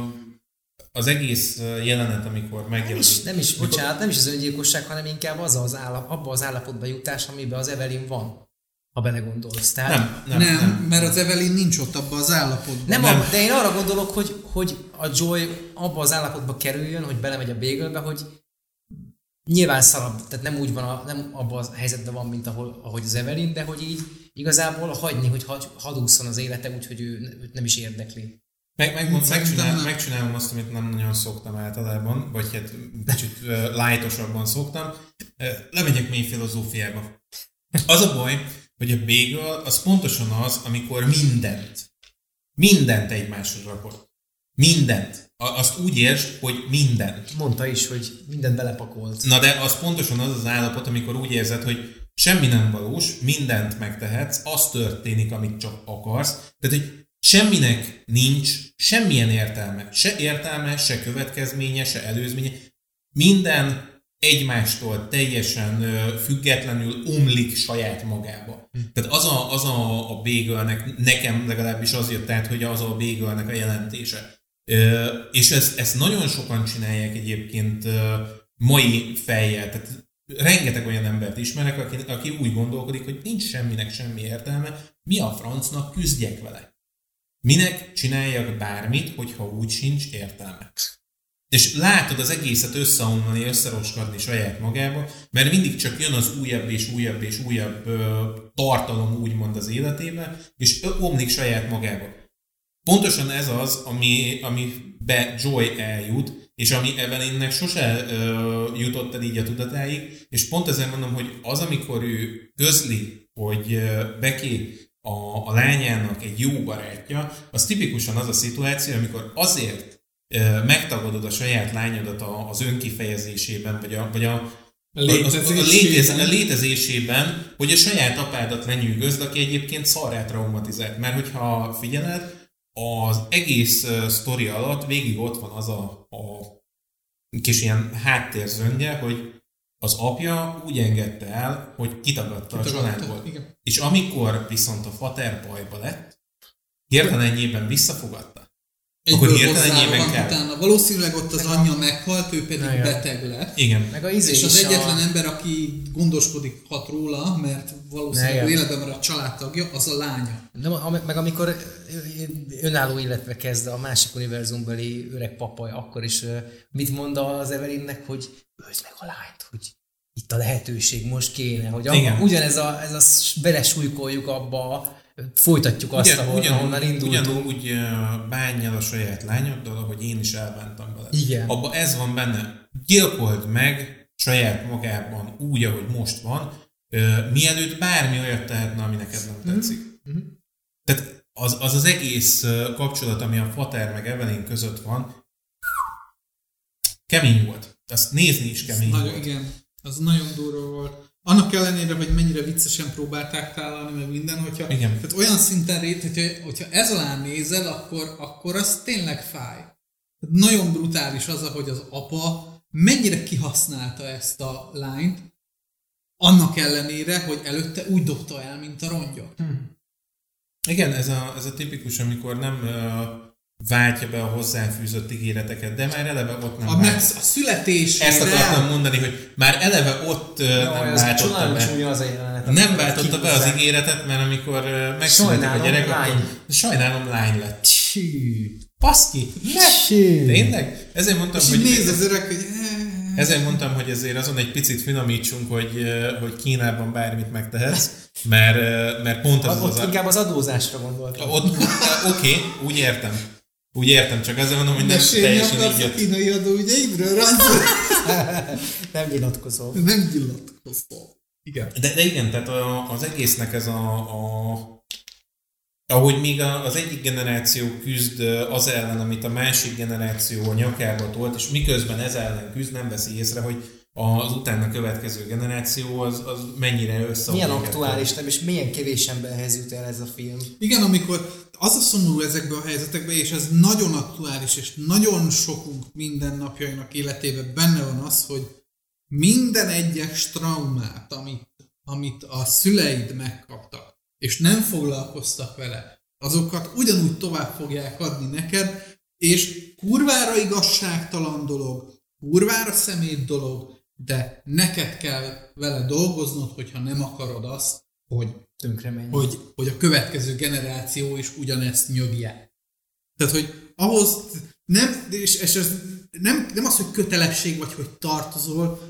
az egész jelenet, amikor megjelenik. Nem is, nem is, bocsánat, nem is az öngyilkosság, hanem inkább az az állap, abba az állapotba jutás, amiben az Evelyn van. Ha belegondolsz. Tehát nem, nem, nem, nem, mert az Evelyn nincs ott abban az állapotban. Nem, nem. A, de én arra gondolok, hogy, hogy a Joy abba az állapotba kerüljön, hogy belemegy a bégelbe, hogy nyilván szarabb, tehát nem úgy van, a, nem abban a helyzetben van, mint ahol, ahogy az Evelyn, de hogy így igazából hagyni, hogy hadúszon az élete, úgyhogy ő, őt nem is érdekli. Meg, meg, megcsinál, megcsinálom azt, amit nem nagyon szoktam általában, vagy hát kicsit light-osabban szoktam. Lemegyek mély filozófiába. Az a baj, hogy a bagel az pontosan az, amikor mindent, mindent egymásra rakod. Mindent. Azt úgy értsd, hogy mindent. Mondta is, hogy mindent belepakolt. Na de az pontosan az az állapot, amikor úgy érzed, hogy semmi nem valós, mindent megtehetsz, az történik, amit csak akarsz. Tehát, hogy semminek nincs semmilyen értelme. Se értelme, se következménye, se előzménye. Minden egymástól teljesen függetlenül omlik saját magába. Hm. Tehát az a, az a, a bagelnek, nekem legalábbis az jött át, hogy az a bagelnek a jelentése. És ezt, ezt nagyon sokan csinálják egyébként mai fejjel. Tehát rengeteg olyan embert ismerek, aki, aki úgy gondolkodik, hogy nincs semminek semmi értelme, mi a francnak küzdjek vele. Minek csináljak bármit, hogyha úgy sincs értelme. És látod az egészet összeomlani, összeroskadni saját magába, mert mindig csak jön az újabb és újabb és újabb ö, tartalom úgymond az életébe, és omlik saját magába. Pontosan ez az, ami, amibe Joy eljut, és ami Evelynnek sose ö, jutott el így a tudatáig, és pont ezért mondom, hogy az, amikor ő közli, hogy ö, Becky a, a lányának egy jó barátja, az tipikusan az a szituáció, amikor azért megtagadod a saját lányodat az önkifejezésében, vagy a, vagy a, a, létezésében. A, létez, a létezésében, hogy a saját apádat lenyűgözd, aki egyébként szarrá traumatizált. Mert hogyha figyeled, az egész sztori alatt végig ott van az a, a kis ilyen háttérzöngye, hogy az apja úgy engedte el, hogy kitagadta, kitagadta a családból. Igen. És amikor viszont a fater bajba lett, hirtelenjében visszafogadta. Akkor hirtelenjében kell. Utána. Valószínűleg ott az anyja meghalt, ő pedig igen. beteg lett. Igen. Meg a izé és az is egyetlen a... ember, aki gondoskodik hat róla, mert valószínűleg életben már a családtagja, az a lánya. De, meg amikor önálló életbe kezd a másik univerzumbeli öreg papa, akkor is mit mond az Evelynnek, hogy őzd meg a lányt, hogy itt a lehetőség most kéne, hogy abba, ugyanez a, ez a belesújkoljuk abba, folytatjuk azt, ugyan, ahol, ugyan, ahonnan indultunk. Ugyanúgy bánjál a saját lányoddal, ahogy én is elbántam vele. Igen. Abba ez van benne. Gyilkold meg saját magában úgy, ahogy most van, mielőtt bármi olyat tehetne, ami neked nem tetszik. Mm-hmm. Tehát az, az az egész kapcsolat, ami a Fater meg Evelyn között van, kemény volt. Azt nézni is kemény az volt. Nagyon, igen, az nagyon durva volt. Annak ellenére, hogy mennyire viccesen próbálták tálalni, meg minden, hogyha tehát olyan szinten rét, hogyha, hogyha ez alá nézel, akkor, akkor az tényleg fáj. Tehát nagyon brutális az, ahogy az apa mennyire kihasználta ezt a lányt, annak ellenére, hogy előtte úgy dobta el, mint a rongyot. Hmm. Igen, ez a, ez a tipikus, amikor nem uh, váltja be a hozzáfűzött ígéreteket, de már eleve ott nem a, meg, a születésére... Ezt akartam mondani, hogy már eleve ott uh, no, nem váltotta be. Az jelenet, nem váltotta be az ígéretet, mert amikor uh, megszületik a gyerek, lány. Akkor sajnálom lány lett. Paszki! Tényleg? Ezért mondtam, és hogy... nézd az öreg, hogy... Ezért mondtam, hogy ezért azon egy picit finomítsunk, hogy, hogy Kínában bármit megtehetsz, mert, mert pont az ott az... Ott inkább az adózásra gondoltam. Oké, okay, úgy értem. Úgy értem, csak ezzel mondom, hogy nem teljesen így jött. De kínai adóügyeidről, Ranzol? Nem nyilatkozol. Nem nyilatkozol. Igen. De, de igen, tehát az egésznek ez a... a ahogy még az egyik generáció küzd az ellen, amit a másik generáció a nyakába tolt, és miközben ez ellen küzd, nem veszi észre, hogy az utána következő generáció az, az mennyire összeomlik. Milyen aktuális, nem, és milyen kevés emberhez jut el ez a film. Igen, amikor az a szomorú ezekben a helyzetekben, és ez nagyon aktuális, és nagyon sokunk mindennapjainak életében benne van az, hogy minden egyes traumát, amit amit a szüleid megkaptak, és nem foglalkoztak vele, azokat ugyanúgy tovább fogják adni neked, és kurvára igazságtalan dolog, kurvára szemét dolog, de neked kell vele dolgoznod, hogyha nem akarod azt, hogy, hogy, hogy a következő generáció is ugyanezt nyögje. Tehát, hogy ahhoz nem, és, és ez nem, nem az, hogy kötelesség vagy, hogy tartozol,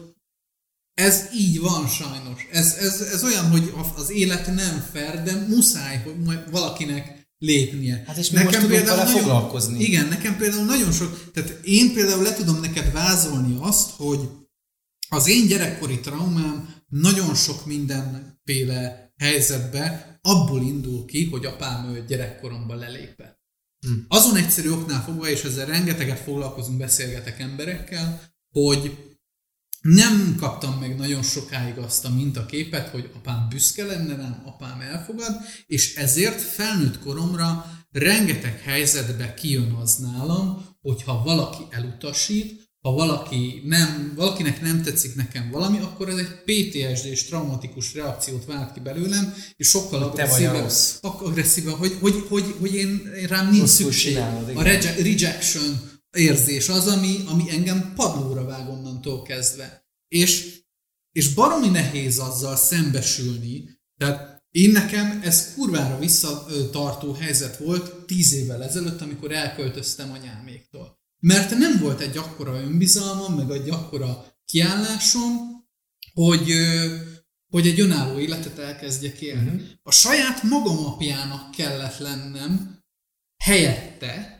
ez így van sajnos. Ez, ez, ez olyan, hogy az élet nem fair, de muszáj, hogy valakinek lépnie. Hát és mi nekem most tudunk vele nagyon, foglalkozni. Igen, nekem például nagyon sok, tehát én például le tudom neked vázolni azt, hogy az én gyerekkori traumám nagyon sok mindenféle helyzetben abból indul ki, hogy apám gyerekkoromban lelépett. Hm. Azon egyszerű oknál fogva, és ezzel rengeteget foglalkozunk, beszélgetek emberekkel, hogy nem kaptam meg nagyon sokáig azt a mintaképet, hogy apám büszke lenne rám, apám elfogad, és ezért felnőtt koromra rengeteg helyzetbe kijön az nálam, hogyha valaki elutasít, ha valaki nem, valakinek nem tetszik nekem valami, akkor ez egy pé té es dés traumatikus reakciót vált ki belőlem, és sokkal agresszívabb, agresszívabb hogy, hogy, hogy, hogy én, én rám nincs szükség. A rejection érzés az, ami, ami engem padlóra vág onnantól kezdve. És, és baromi nehéz azzal szembesülni, tehát én nekem ez kurvára visszatartó helyzet volt tíz évvel ezelőtt, amikor elköltöztem anyáméktól. Mert nem volt egy akkora önbizalmam, meg egy akkora kiállásom, hogy, hogy egy önálló életet elkezdjek élni. Uh-huh. A saját magam apjának kellett lennem helyette,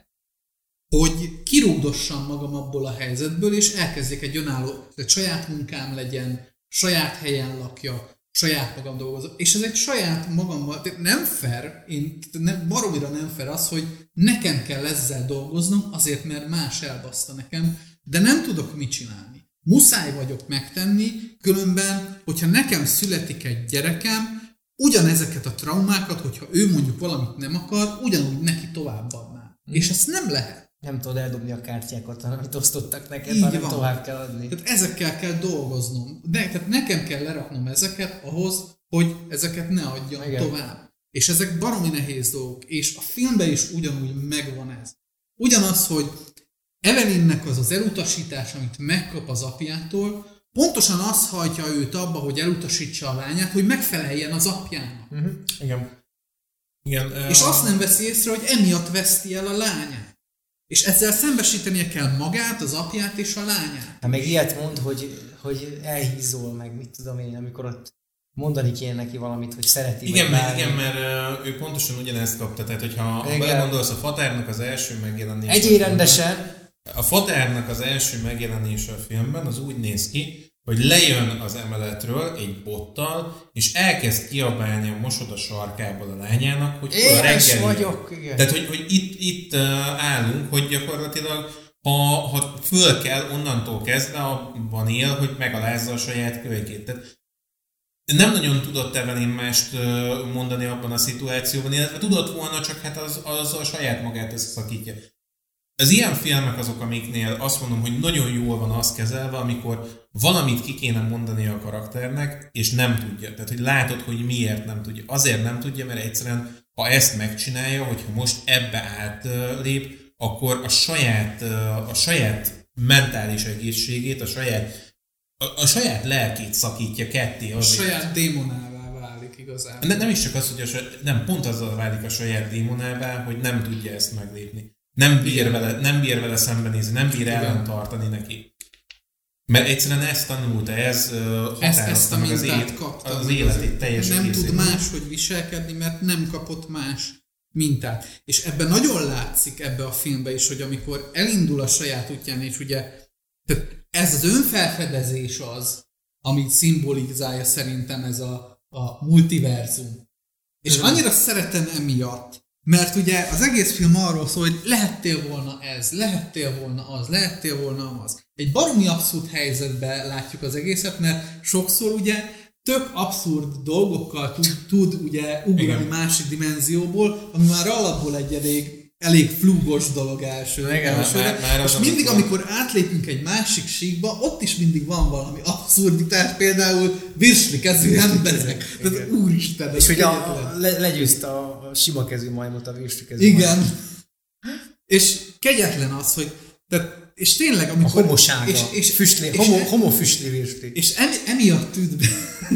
hogy kirúgdossam magam abból a helyzetből, és elkezdjek egy önálló, tehát saját munkám legyen, saját helyen lakja, saját magam dolgozok. És ez egy saját magammal, tehát nem fair, én, nem, baromira nem fair az, hogy nekem kell ezzel dolgoznom, azért, mert más elbaszta nekem, de nem tudok mit csinálni. Muszáj vagyok megtenni, különben, hogyha nekem születik egy gyerekem, ugyanezeket a traumákat, hogyha ő mondjuk valamit nem akar, ugyanúgy neki továbbadná. Mm. És ezt nem lehet. Nem tudod eldobni a kártyákat, amit osztottak neked, így hanem van. Tovább kell adni. Tehát ezekkel kell dolgoznom. De, tehát nekem kell leraknom ezeket ahhoz, hogy ezeket ne adjam igen. tovább. És ezek baromi nehéz dolgok. És a filmben is ugyanúgy megvan ez. Ugyanaz, hogy Evelynnek az az elutasítás, amit megkap az apjától, pontosan az hajtja őt abba, hogy elutasítsa a lányát, hogy megfeleljen az apjának. Uh-huh. Igen. Igen. És uh... azt nem veszi észre, hogy emiatt veszti el a lányát. És ezzel szembesítenie kell magát, az apját és a lányát. Hát meg ilyet mond, hogy, hogy elhízol meg, mit tudom én, amikor ott mondani kéne neki valamit, hogy szereti. Igen, mert, igen, mert uh, ő pontosan ugyanezt kapta. Tehát, hogyha belegondolsz a Fatárnak az első megjelenése... Egyéb rendesen. A Fatárnak az első megjelenése a filmben az úgy néz ki, hogy lejön az emeletről egy bottal, és elkezd kiabálni a mosoda sarkából a lányának, hogy hol a reggeli. vagyok, igen. Tehát, hogy, hogy itt, itt uh, állunk, hogy gyakorlatilag, ha, ha föl kell, onnantól kezdve abban él, hogy megalázza a saját kölykét. Tehát nem nagyon tudott Evelyn mást uh, mondani abban a szituációban, illetve tudott volna, csak hát az, az a saját magát összeszakítja. Az ilyen filmek azok, amiknél azt mondom, hogy nagyon jól van azt kezelve, amikor valamit ki kéne mondani a karakternek, és nem tudja. Tehát, hogy látod, hogy miért nem tudja. Azért nem tudja, mert egyszerűen, ha ezt megcsinálja, hogyha most ebbe átlép, akkor a saját, a saját mentális egészségét, a saját, a, a saját lelkét szakítja ketté. A saját démonává válik igazából. Ne, nem is csak az, hogy a saját, nem, pont azzal válik a saját démonává, hogy nem tudja ezt meglépni. Nem bír vele, nem bír vele szembenézni, nem bír ellen tartani neki. Mert egyszerűen ezt tanulta, ez határozta meg az, élet, kapta, az életét teljes nem egészében. Nem tud máshogy viselkedni, mert nem kapott más mintát. És ebben nagyon látszik ebbe a filmben is, hogy amikor elindul a saját útján, és ugye ez az önfelfedezés az, amit szimbolizálja szerintem ez a, a multiverzum. És annyira szeretem emiatt, mert ugye az egész film arról szól, hogy lehettél volna ez, lehettél volna az, lehettél volna az. Egy baromi abszurd helyzetben látjuk az egészet, mert sokszor ugye tök abszurd dolgokkal tud, tud ugye ugrani igen. másik dimenzióból, ami már alapból egy elég elég flúgos dolog első. Igen, elsőre. már- már az, és mindig, amikor- amikor átlépünk egy másik síkba, ott is mindig van valami abszurditás, például virsli kezű emberek. Tehát úristen, És ez hogy a, kegyetlen. a, le, legyőzte a, a sima kezű majmot a virsli kezű Igen. És kegyetlen az, hogy tehát, és tényleg, A amikor... homosága, és, és, füstli, és, homo, homo füstli virsli. és emi, emiatt üt be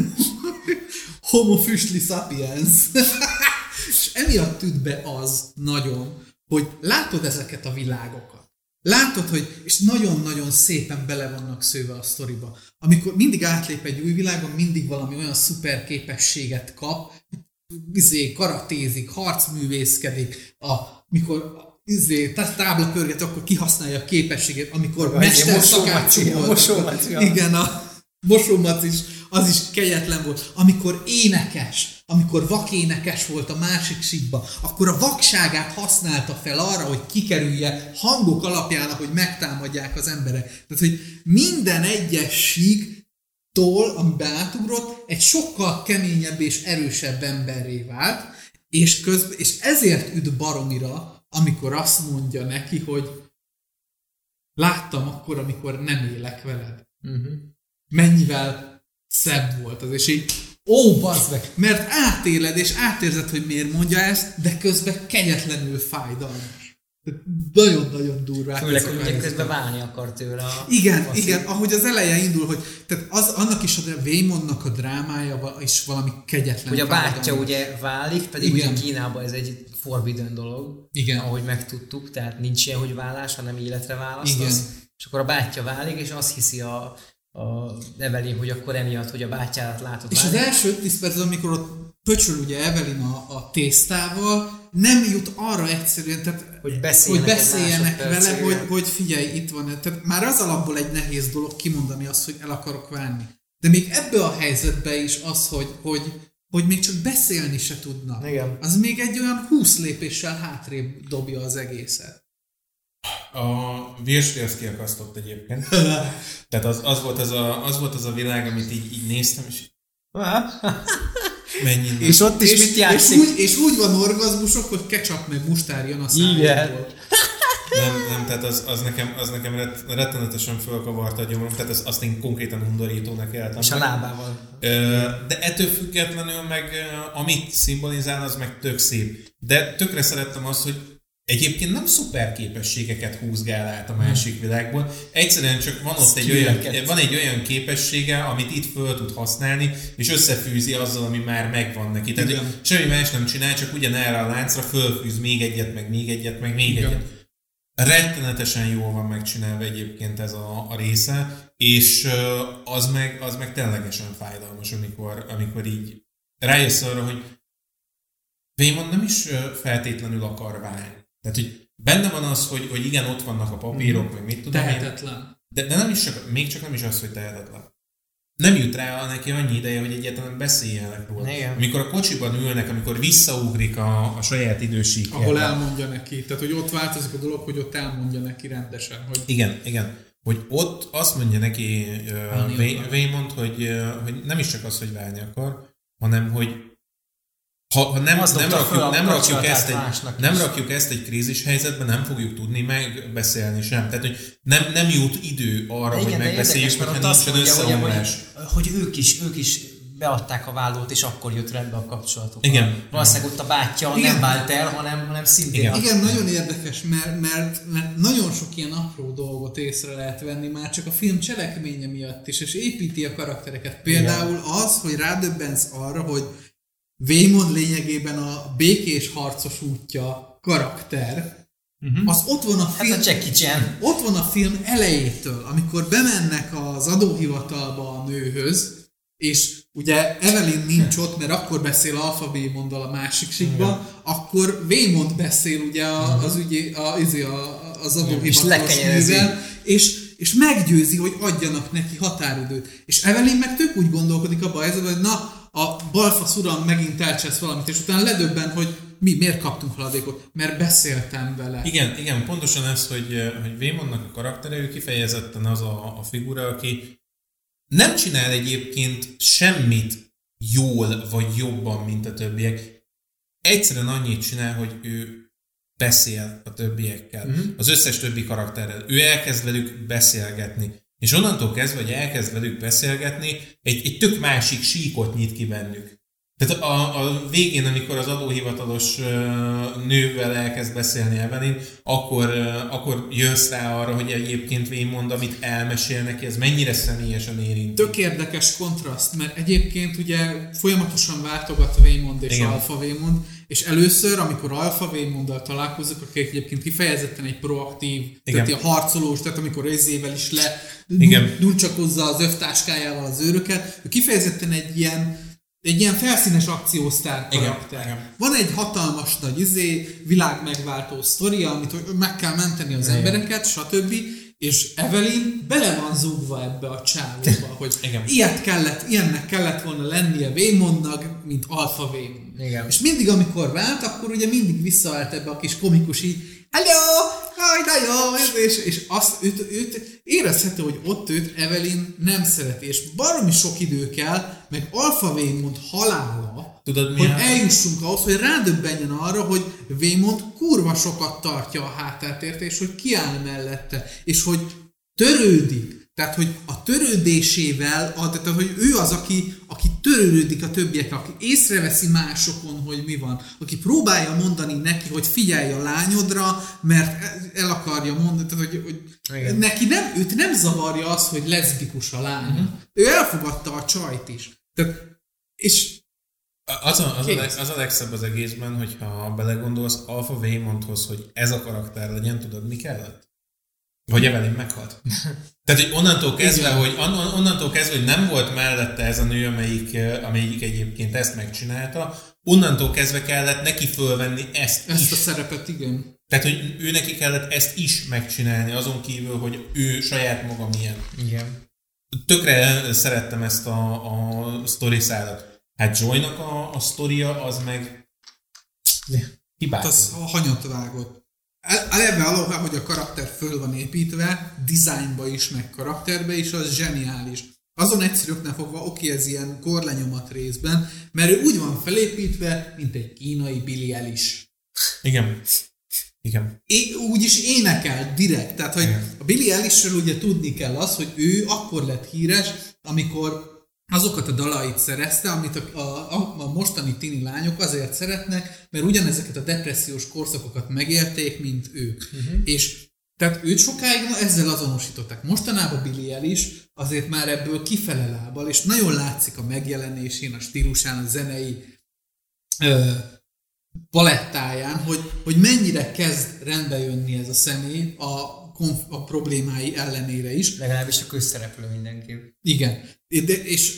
homo füstli sapiens. És emiatt üt be az nagyon, hogy látod ezeket a világokat. Látod, hogy, és nagyon-nagyon szépen bele vannak szőve a sztoriba. Amikor mindig átlép egy új világon, mindig valami olyan szuper képességet kap, izé, karatézik, harcművészkedik, a, mikor izé, tábla pörget, akkor kihasználja a képességét, amikor A mesterszakácsú mosómaci, a volt. mosómaci, ja. Igen, a mosómac is, az is kegyetlen volt. Amikor énekes, amikor vakénekes volt a másik síkba, akkor a vakságát használta fel arra, hogy kikerülje hangok alapján, hogy megtámadják az emberek. Tehát, hogy minden egyes síktól, amiben átugrott, egy sokkal keményebb és erősebb emberré vált, és, közben, és ezért üt baromira, amikor azt mondja neki, hogy láttam akkor, amikor nem élek veled. Uh-huh. Mennyivel szebb volt az, és így, ó, bazd meg, mert átéled, és átérzed, hogy miért mondja ezt, de közben kegyetlenül fájdalmas. Nagyon-nagyon durvák. Főleg, ezek hogy a ugye helyzetek. közben válni akar tőle. A, Igen, a igen, szép- ahogy az eleje indul, hogy tehát az, annak is a Waymondnak a drámája is valami kegyetlen. Hogy a bátyja fájdalmas. ugye válik, pedig Igen. ugye Kínában ez egy forbidden dolog, Igen. ahogy megtudtuk, tehát nincs ilyen, hogy vállás, hanem életre választasz. Igen. És akkor a bátyja válik, és azt hiszi a, a Evelyn, hogy akkor emiatt, hogy a bátyádat látod És az válni. első öt-tíz perc, amikor ott pöcsöl ugye Evelyn a, a tésztával, nem jut arra egyszerűen, tehát Hogy beszéljenek, hogy beszéljenek egy vele, hogy, hogy... hogy figyelj, itt van. Tehát már az alapból egy nehéz dolog kimondani azt, hogy el akarok válni. De még ebbe a helyzetbe is az, hogy, hogy, hogy még csak beszélni se tudnak. Igen. Az még egy olyan húsz lépéssel hátrébb dobja az egészet. A virsli az kiakasztott egyébként. Tehát az, az, volt az, a, az volt az a világ, amit így, így néztem, és mennyi. És ott is és, mit játszik? És úgy, és úgy van orgazmusok, hogy ketchup meg mustár jön a Igen. szájából. Nem, nem, tehát az, az nekem, az nekem ret, rettenetesen fölkavarta a gyomrom, tehát az, azt én konkrétan undorítónak éltem. És a meg. lábával. Ö, De ettől függetlenül meg ö, amit szimbolizál, az meg tök szép. De tökre szerettem azt, hogy egyébként nem szuper képességeket húzgál át a másik világból. Egyszerűen csak van ott egy olyan, Skilleket. van egy olyan képessége, amit itt föl tud használni, és összefűzi azzal, ami már megvan neki. Tehát Igen. hogy semmi más nem csinál, csak ugyanerre a láncra fölfűz még egyet, meg még egyet, meg még Igen. egyet. Rettenetesen jól van megcsinálva egyébként ez a, a része, és ö, az meg, az meg ténylegesen fájdalmas, amikor, amikor így rájössz arra, hogy Waymond nem is ö, feltétlenül akar válni. Tehát, hogy benne van az, hogy, hogy igen, ott vannak a papírok, meg mit tudom én, Tehetetlen. de, de nem is csak, még csak nem is az, hogy tehetetlen. Nem jut rá neki annyi ideje, hogy egyáltalán beszéljenek róla. Igen. Amikor a kocsiban ülnek, amikor visszaugrik a, a saját idősíkjába. Ahol elmondja neki. Tehát, hogy ott változik a dolog, hogy ott elmondja neki rendesen, hogy Igen, igen. Hogy ott azt mondja neki Válni uh, Way- akar. Waymond, hogy, uh, hogy nem is csak az, hogy válni akar, hanem hogy ha, ha nem, Azt nem, dobta föl rakjuk, a nem, rakjuk kapcsolatát ezt egy, másnak nem is. rakjuk ezt egy krízis helyzetben, nem fogjuk tudni megbeszélni sem. Tehát, hogy nem, nem jut idő arra, De hogy igen, de megbeszéljük, érdekes, mert hogyha ott azt nincsen mondja, ugye, összeomlás. hogy, hogy ők is, ők is beadták a vállót, és akkor jött rendbe a kapcsolatuk. Igen. Valószínűleg ott a bátyja Igen. nem vált el, hanem, hanem szintén... Igen. a- igen, nagyon érdekes, mert, mert, mert nagyon sok ilyen apró dolgot észre lehet venni már csak a film cselekménye miatt is, és építi a karaktereket. Például az, hogy rádöbbensz arra, hogy Waymond lényegében a békés harcos útja karakter, uh-huh. az ott van a Hát film, a Jackie Chan. ott van a film elejétől, amikor bemennek az adóhivatalba a nőhöz, és ugye Evelyn nincs ott, mert akkor beszél Alpha Waymonddal a másik síkban, akkor Waymond beszél ugye a, az, ügyé, a, izé, a, az adóhivatalos lekenyerezi. nővel, és, és meggyőzi, hogy adjanak neki határidőt. És Evelyn meg tök úgy gondolkodik abban a helyzetben, hogy na, a balfasz uram megint elcsesz valamit, és utána ledöbben, hogy mi miért kaptunk haladékot, mert beszéltem vele. Igen, igen, pontosan ez, hogy, hogy Waymondnak a karaktere, ő kifejezetten az a, a figura, aki nem csinál egyébként semmit jól vagy jobban, mint a többiek. Egyszerűen annyit csinál, hogy ő beszél a többiekkel, uh-huh. az összes többi karakterrel. Ő elkezd velük beszélgetni. És onnantól kezdve, hogy elkezd velük beszélgetni, egy, egy tök másik síkot nyit ki bennük. Tehát a, a végén, amikor az adóhivatalos nővel elkezd beszélni Evelyn, akkor, akkor jössz rá arra, hogy egyébként Waymond, amit elmesél neki, ez mennyire személyesen érinti. Tök érdekes kontraszt, mert egyébként ugye folyamatosan váltogat Waymond és Igen. Alpha Waymond, és először, amikor Alpha Waymonddal találkozunk, aki egyébként kifejezetten egy proaktív, Igen. tehát a harcolós, tehát amikor Ezével is le dulcsakozza az övtáskájával az őröket, ő kifejezetten egy ilyen egy ilyen felszínes akciósztár karakter. Igen, igen. Van egy hatalmas nagy izé, világ megváltó sztoria, amit meg kell menteni az igen. embereket, stb. És Evelyn bele van zúgva ebbe a csávóba, hogy ilyet kellett, ilyennek kellett volna lennie Waymondnak, mint Alpha Waymond. Igen. És mindig, amikor vált, akkor ugye mindig visszaállt ebbe a kis komikus így, hello, haj, de jó, és, és azt, őt, őt érezhető, hogy ott őt Evelyn nem szereti, és baromi sok idő kell, meg Alpha Waymond halála, tudod, hogy milyen? eljussunk ahhoz, hogy rádöbbenjen arra, hogy Waymond kurva sokat tartja a hátát érte, és hogy kiáll mellette, és hogy törődik. Tehát, hogy a törődésével, tehát, hogy ő az, aki, aki törődődik a többiek, aki észreveszi másokon, hogy mi van, aki próbálja mondani neki, hogy figyelj a lányodra, mert el akarja mondani, tehát, hogy, hogy neki nem, őt nem zavarja az, hogy leszbikus a lánya. Uh-huh. Ő elfogadta a csajt is. Tehát, és az a, az, a leg, az a legszebb az egészben, hogyha belegondolsz Alpha Waymondhoz, hogy ez a karakter legyen, tudod, mi kellett? Hogy Evelyn meghalt. Tehát, hogy onnantól kezdve, hogy on, onnantól kezdve, hogy nem volt mellette ez a nő, amelyik, amelyik egyébként ezt megcsinálta, onnantól kezdve kellett neki fölvenni ezt Ezt is. a szerepet, igen. Tehát, hogy ő neki kellett ezt is megcsinálni, azon kívül, hogy ő saját maga milyen. Igen. Tökre szerettem ezt a, a sztori szálat. Hát Joy-nak a, a sztoria az meg hibázott. Az a hanyat vágott. Eleve alapján, hogy a karakter föl van építve, dizájnba is, meg karakterbe is, az zseniális. Azon egyszerűknek fogva, oké, ez ilyen korlenyomat részben, mert ő úgy van felépítve, mint egy kínai Billie Eilish. Igen. Igen. É, úgy is énekel direkt. Tehát, hogy igen. A Billie Eilishről ugye tudni kell az, hogy ő akkor lett híres, amikor azokat a dalait szerezte, amit a, a, a mostani tini lányok azért szeretnek, mert ugyanezeket a depressziós korszakokat megélték, mint ők. Uh-huh. És tehát őt sokáig na, ezzel azonosították. Mostanában Billie Eilish azért már ebből kifele lábal, és nagyon látszik a megjelenésén, a stílusán, a zenei ö, palettáján, hogy, hogy mennyire kezd rendbe jönni ez a személy a, a problémái ellenére is. Legalábbis a közszereplő mindenképp. Igen. De, és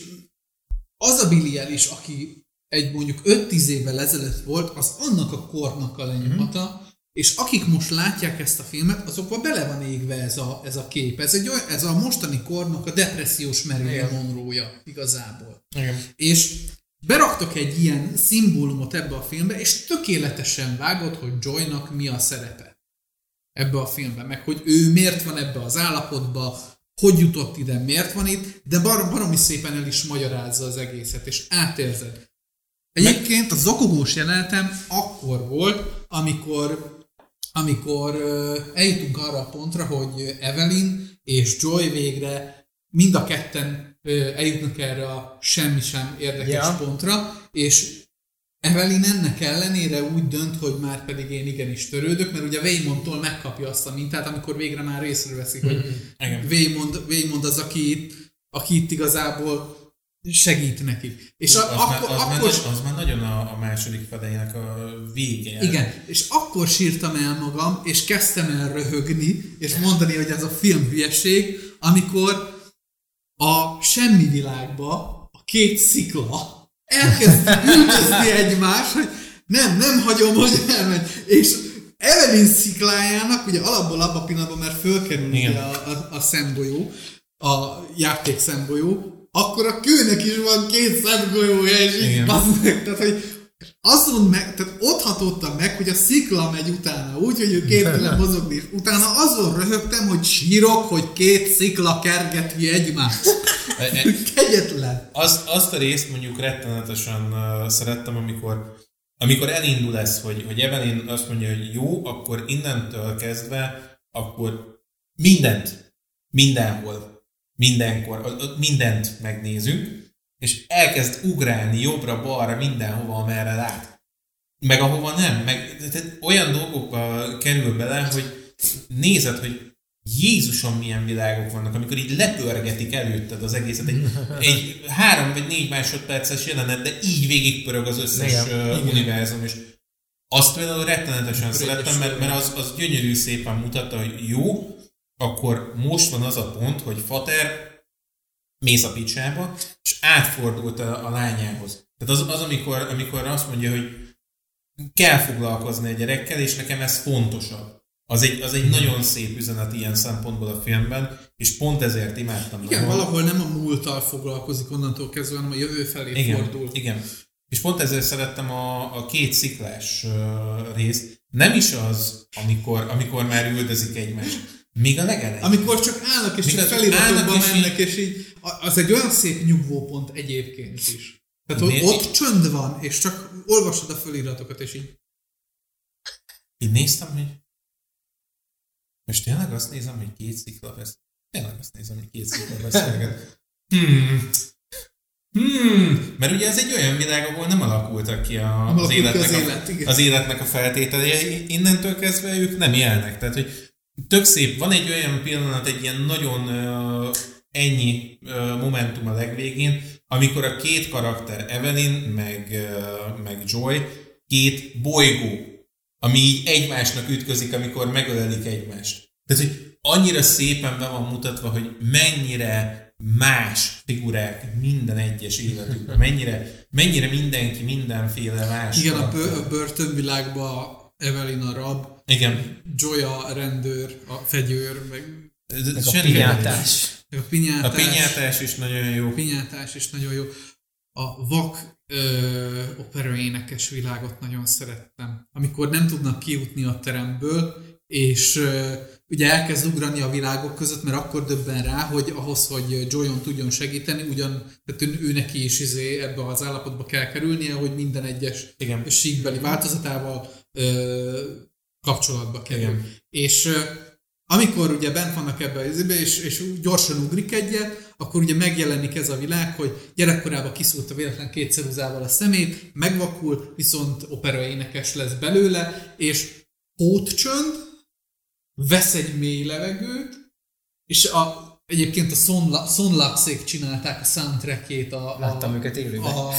az a Billie Eilish, aki egy mondjuk öt-tíz évvel ezelőtt volt, az annak a kornak a lenyomata, mm-hmm. és akik most látják ezt a filmet, azokban bele van égve ez a, ez a kép. Ez, egy, ez a mostani kornak a depressziós Marilyn Monroe-ja igazából. Igen. És beraktak egy ilyen szimbólumot ebbe a filmbe, és tökéletesen vágott, hogy Joy-nak mi a szerepe ebbe a filmben, meg hogy ő miért van ebbe az állapotba, hogy jutott ide, miért van itt, de bar- baromi szépen el is magyarázza az egészet, és átérzed. Egyébként a zokogós jelenetem akkor volt, amikor, amikor uh, eljutunk arra a pontra, hogy Evelyn és Joy végre mind a ketten uh, eljutnak erre a semmi sem érdekes ja. pontra, és Evelyn ennek ellenére úgy dönt, hogy már pedig én igenis törődök, mert ugye Waymondtól megkapja azt a mintát, amikor végre már észreveszik, hogy mm-hmm. Waymond, Waymond az, aki itt, aki itt igazából segít nekik. És az, a, az, akkor, már, az, akkor, már, az már nagyon a, a második felének a vége. Igen, és akkor sírtam el magam, és kezdtem el röhögni, és mondani, hogy ez a film hülyeség, amikor a semmi világba a két szikla elkezd üldözni egymást, hogy nem, nem hagyom, hogy elmegy. És Evelyn sziklájának, ugye alapból abban a pillanatban, mert fölkerül ugye a, a, a szemgolyó, a játék szemgolyó, akkor a kőnek is van két szemgolyója, és így bazd meg. Tehát, hogy azon meg, tehát ott hatottam meg, hogy a szikla megy utána, úgy, hogy ő képtelen mozogni, és utána azon röhögtem, hogy sírok, hogy két szikla kergeti egymást. Kegyetlen. Az, azt a részt mondjuk rettenetesen uh, szerettem, amikor amikor elindul ez, hogy, hogy Evelyn azt mondja, hogy jó, akkor innentől kezdve, akkor mindent, mindenhol, mindenkor, mindent megnézünk, és elkezd ugrálni jobbra-balra mindenhova, amerre lát. Meg ahova nem. Meg, tehát olyan dolgokba kerül bele, hogy nézed, hogy Jézusom, milyen világok vannak, amikor így lepörgetik előtted az egészet. Egy, egy három vagy négy másodperces jelenet, de így végigpörög az összes igen, uh, univerzum. És azt például rettenetesen szerettem, mert, mert az, az gyönyörű szépen mutatta, hogy jó, akkor most van az a pont, hogy Fater mész a picsába, és átfordult a, a lányához. Tehát az, az amikor, amikor azt mondja, hogy kell foglalkozni a gyerekkel, és nekem ez fontosabb. Az egy, az egy nagyon szép üzenet ilyen szempontból a filmben, és pont ezért imádtam. Igen, nagyon. Valahol nem a múlttal foglalkozik onnantól kezdve, hanem a jövő felé igen, fordul. Igen, és pont ezért szerettem a, a két sziklás uh, részt. Nem is az, amikor, amikor már üldözik egymást. Még a legelején. Amikor csak állnak, és Még csak feliratokba mennek, és így, az egy olyan szép nyugvópont egyébként is. Tehát ott, ott csönd van, és csak olvasod a feliratokat, és így... Így néztem, hogy most tényleg azt nézem, hogy két szikla vesz. Tényleg azt nézem, hogy két szikla beszélget. Hmm. Hmm. Mert ugye ez egy olyan világ, ahol nem alakultak ki a, az, életnek az, élet, a, az életnek a feltételei. Innentől kezdve ők nem élnek. Tehát, hogy tök szép. Van egy olyan pillanat, egy ilyen nagyon uh, ennyi uh, momentum a legvégén, amikor a két karakter, Evelyn meg, uh, meg Joy, két bolygó, ami így egymásnak ütközik, amikor megölelik egymást. Tehát, hogy annyira szépen be van mutatva, hogy mennyire más figurák minden egyes életükben, mennyire, mennyire mindenki mindenféle más. Igen, a, bő, a börtönvilágban Evelyn a rab, igen. Joy a rendőr, a fegyőr, meg, meg a pinyátás. A pinyátás. A pinyátás is nagyon jó. A pinyátás is nagyon jó. A vak ö, operaénekes világot nagyon szerettem. Amikor nem tudnak kijutni a teremből, és ö, ugye elkezd ugrani a világok között, mert akkor döbben rá, hogy ahhoz, hogy Joyon tudjon segíteni, ugyan, tehát ő, ő neki is izé, ebbe az állapotba kell kerülnie, hogy minden egyes igen. síkbeli változatával ö, kapcsolatba kerül. Igen. És ö, amikor ugye bent vannak ebbe az izébe, és, és gyorsan ugrik egyet, akkor ugye megjelenik ez a világ, hogy gyerekkorában kiszúrta véletlen két ceruzával a szemét, megvakul, viszont operaénekes lesz belőle, és hótcsönd, vesz egy mély levegőt, és a, egyébként a Sonlaxék csinálták a soundtrackjét. A, Láttam a, őket élőben. A,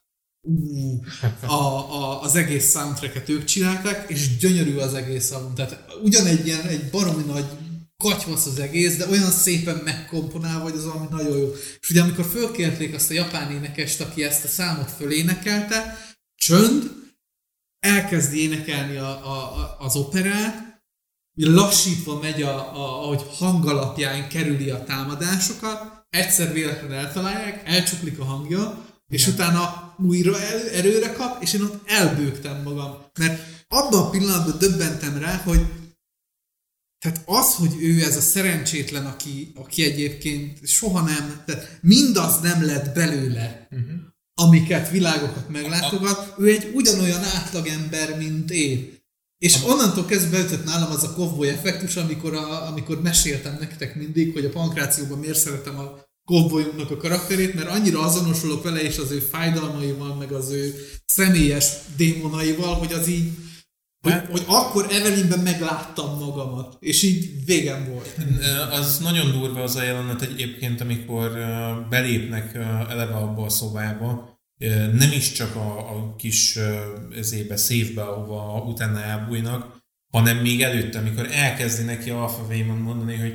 ú, a, a, az egész soundtracket ők csinálták, és gyönyörű az egész album. Tehát ugyanegy ilyen, egy baromi nagy katyvasz az egész, de olyan szépen megkomponálva, hogy az valami nagyon jó. És ugye amikor fölkérték azt a japán énekest, aki ezt a számot fölénekelte, csönd, elkezdi énekelni a, a, az operát, lassítva megy, a, a, ahogy hangalapján kerüli a támadásokat, egyszer véletlenül eltalálják, elcsuklik a hangja, és ja. utána újra el, erőre kap, és én ott elbőgtem magam. Mert abban a pillanatban döbbentem rá, hogy tehát az, hogy ő ez a szerencsétlen, aki, aki egyébként soha nem, tehát mindaz nem lett belőle, uh-huh. amiket, világokat meglátogat, ő egy ugyanolyan átlagember, mint én. És onnantól kezdve beütött nálam az a kovboly effektus, amikor, a, amikor meséltem nektek mindig, hogy a Pankrációban miért szeretem a kovbolyunknak a karakterét, mert annyira azonosulok vele és az ő fájdalmaival, meg az ő személyes démonaival, hogy az így, hogy, hogy akkor Evelynben megláttam magamat, és így végem volt. Az nagyon durva az a jelenet egyébként, amikor belépnek eleve abba a szobába, nem is csak a, a kis ezébe, széfbe, ahova utána elbújnak, hanem még előtte, amikor elkezdi neki Alpha Waymond mondani, hogy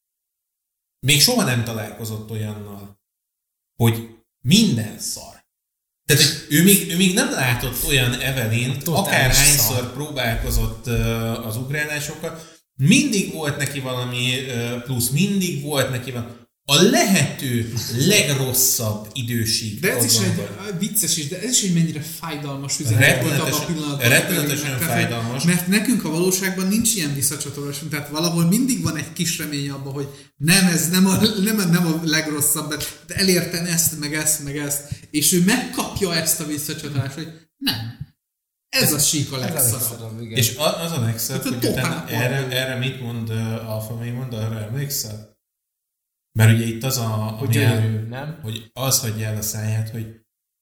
még soha nem találkozott olyannal, hogy minden szar. Tehát, hogy ő még, ő még nem látott olyan Evelyn, akárhányszor próbálkozott az ugrálásokkal, mindig volt neki valami plusz, mindig volt neki valami, a lehető legrosszabb időség. De ez is egy vicces is, de ez is egy mennyire fájdalmas üzenet volt abban a pillanatban. Rettenetesen fájdalmas. Mert nekünk a valóságban nincs ilyen visszacsatolás, tehát valahol mindig van egy kis remény abban, hogy nem, ez nem a, nem, nem a legrosszabb, de elértem ezt, meg ezt, meg ezt, és ő megkapja ezt a visszacsatolást, hogy nem. ez a sík a Ez a legszarabb. legszarabb, igen. És a- az a legszebb, Tehát a hogy utána totál erre, valami. erre mit mond uh, Alfa Raymond, arra emlékszel? Mert ugye itt az a... Hogy ami el- gyönyörű, nem? hogy az hagyja el a száját, hogy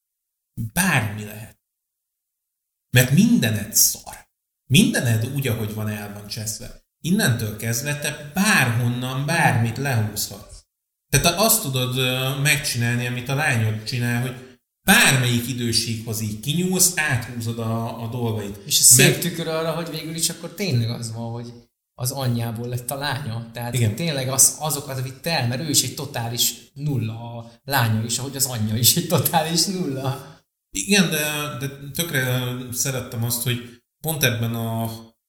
bármi lehet. Mert mindened szar. Mindened úgy, ahogy van, el van cseszve. Innentől kezdve te bárhonnan bármit lehúzhatsz. Tehát azt tudod ö, megcsinálni, amit a lányod csinál, hogy bármelyik idősíkhoz így kinyúlsz, áthúzod a, a dolgait. És ez szép Meg- tükör arra, hogy végül is akkor tényleg az van, hogy az anyjából lett a lánya. Tehát Igen. hogy tényleg az, azokat vitt el, mert ő is egy totális nulla, a lánya is, ahogy az anyja is egy totális nulla. Igen, de, de tökre szerettem azt, hogy pont ebben a,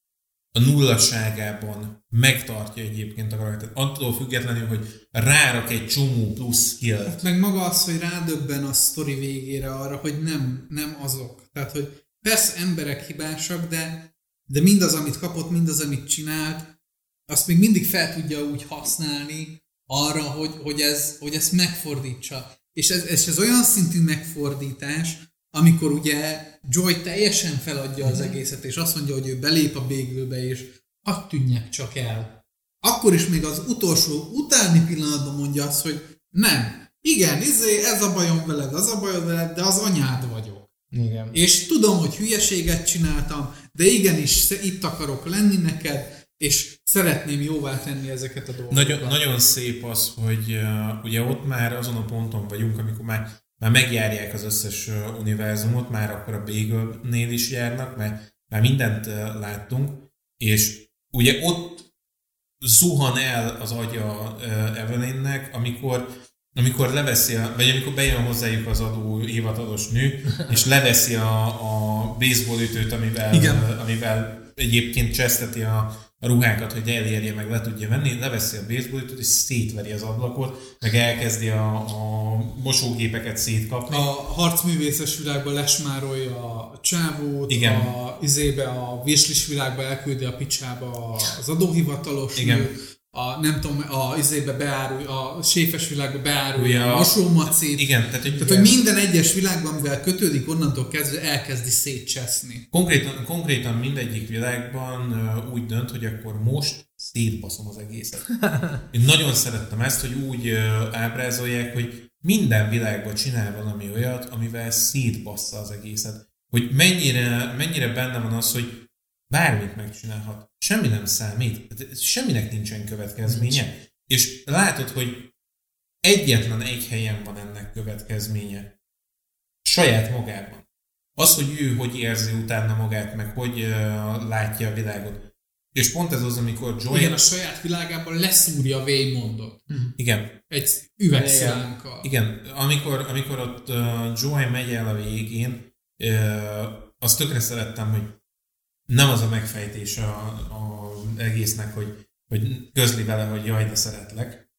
a nullasságában megtartja egyébként a karaktert. Attól függetlenül, hogy rárak egy csomó plusz skillt. Hát meg maga az, hogy rádöbben a sztori végére arra, hogy nem, nem azok. Tehát, hogy persze emberek hibásak, de, de mindaz, amit kapott, mindaz, amit csinált, azt még mindig fel tudja úgy használni arra, hogy, hogy, ez, hogy ezt megfordítsa. És ez, és ez olyan szintű megfordítás, amikor ugye Joy teljesen feladja az egészet, és azt mondja, hogy ő belép a Bagel-be, és hadd tűnjek csak el. Akkor is még az utolsó, utáni pillanatban mondja azt, hogy nem, igen, izé, ez a bajom veled, az a bajod veled, de az anyád vagyok. Igen. És tudom, hogy hülyeséget csináltam, de igenis itt akarok lenni neked, és szeretném jóvá tenni ezeket a dolgokat. Nagyon, nagyon szép az, hogy uh, ugye ott már azon a ponton vagyunk, amikor már, már megjárják az összes uh, univerzumot, már akkor a Bagel-nél is járnak, mert már mindent uh, láttunk, és ugye ott zuhan el az agya uh, Evelynnek, amikor amikor leveszi, a, vagy amikor bejön hozzájuk az adó hivatalos nő, és leveszi a, a baseballütőt, amivel, Igen. amivel egyébként cseszteti a, a ruhákat, hogy elérje, meg le tudja venni, leveszi a baseballütőt, és szétveri az ablakot, meg elkezdi a, a mosógépeket szétkapni. A harcművészes világban lesmárolja a csávót, Igen. a izébe, a véslis világba elküldi a picsába az adóhivatalos Igen. nő, a nem tudom, a izébe beárul, a séfes világba beárulja Ugye a a- mosómacét. Igen, tehát hogy, Tehát, hogy minden egyes világban, mivel kötődik, onnantól kezdve elkezdi szétcseszni. konkrétan, konkrétan mindegyik világban uh, úgy dönt, hogy akkor most szétbaszom az egészet. Én nagyon szerettem ezt, hogy úgy uh, ábrázolják, hogy minden világban csinál valami olyat, amivel szétbassza az egészet. Hogy mennyire, mennyire benne van az, hogy bármit megcsinálhat. Semmi nem számít. Semminek nincsen következménye. Nincs. És látod, hogy egyetlen egy helyen van ennek következménye. Saját magában. Az, hogy ő hogy érzi utána magát, meg hogy uh, látja a világot. És pont ez az, amikor Joy... Igen, a saját világában leszúrja Waymondot. Igen. Egy üvegszilánkkal. Igen. Amikor, amikor ott uh, Joy megy el a végén, uh, azt tökre szerettem, hogy nem az a megfejtés a, a egésznek, hogy, hogy közli vele, hogy jaj, de szeretlek.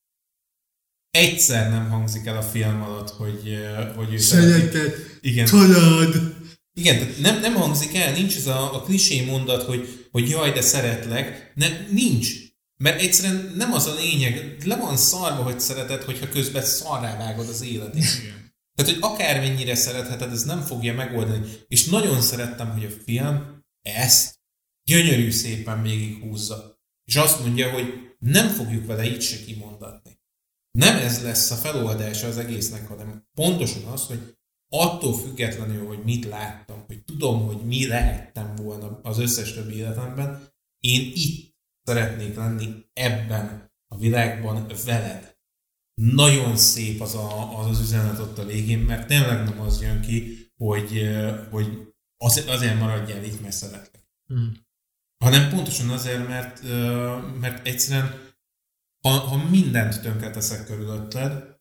Egyszer nem hangzik el a film alatt, hogy, hogy ő Szereted, Igen. tudod. Igen, tehát nem, nem hangzik el, nincs ez a, a klisé mondat, hogy, hogy jaj, de szeretlek. Ne, nincs. Mert egyszerűen nem az a lényeg, le van szarva, hogy szereted, hogyha közben szarrá vágod az életét. Tehát, hogy akármennyire szeretheted, ez nem fogja megoldani. És nagyon szerettem, hogy a film ezt gyönyörű szépen végighúzza. És azt mondja, hogy nem fogjuk vele így se kimondatni. Nem ez lesz a feloldása az egésznek, hanem pontosan az, hogy attól függetlenül, hogy mit láttam, hogy tudom, hogy mi lehettem volna az összes többi életemben, én itt szeretnék lenni ebben a világban veled. Nagyon szép az a, az, az üzenet ott a végén, mert tényleg nem az jön ki, hogy, hogy az, azért maradjál itt, mert szeretlek. Hmm. Hanem pontosan azért, mert, mert egyszerűen ha, ha mindent tönkreteszek körülötted,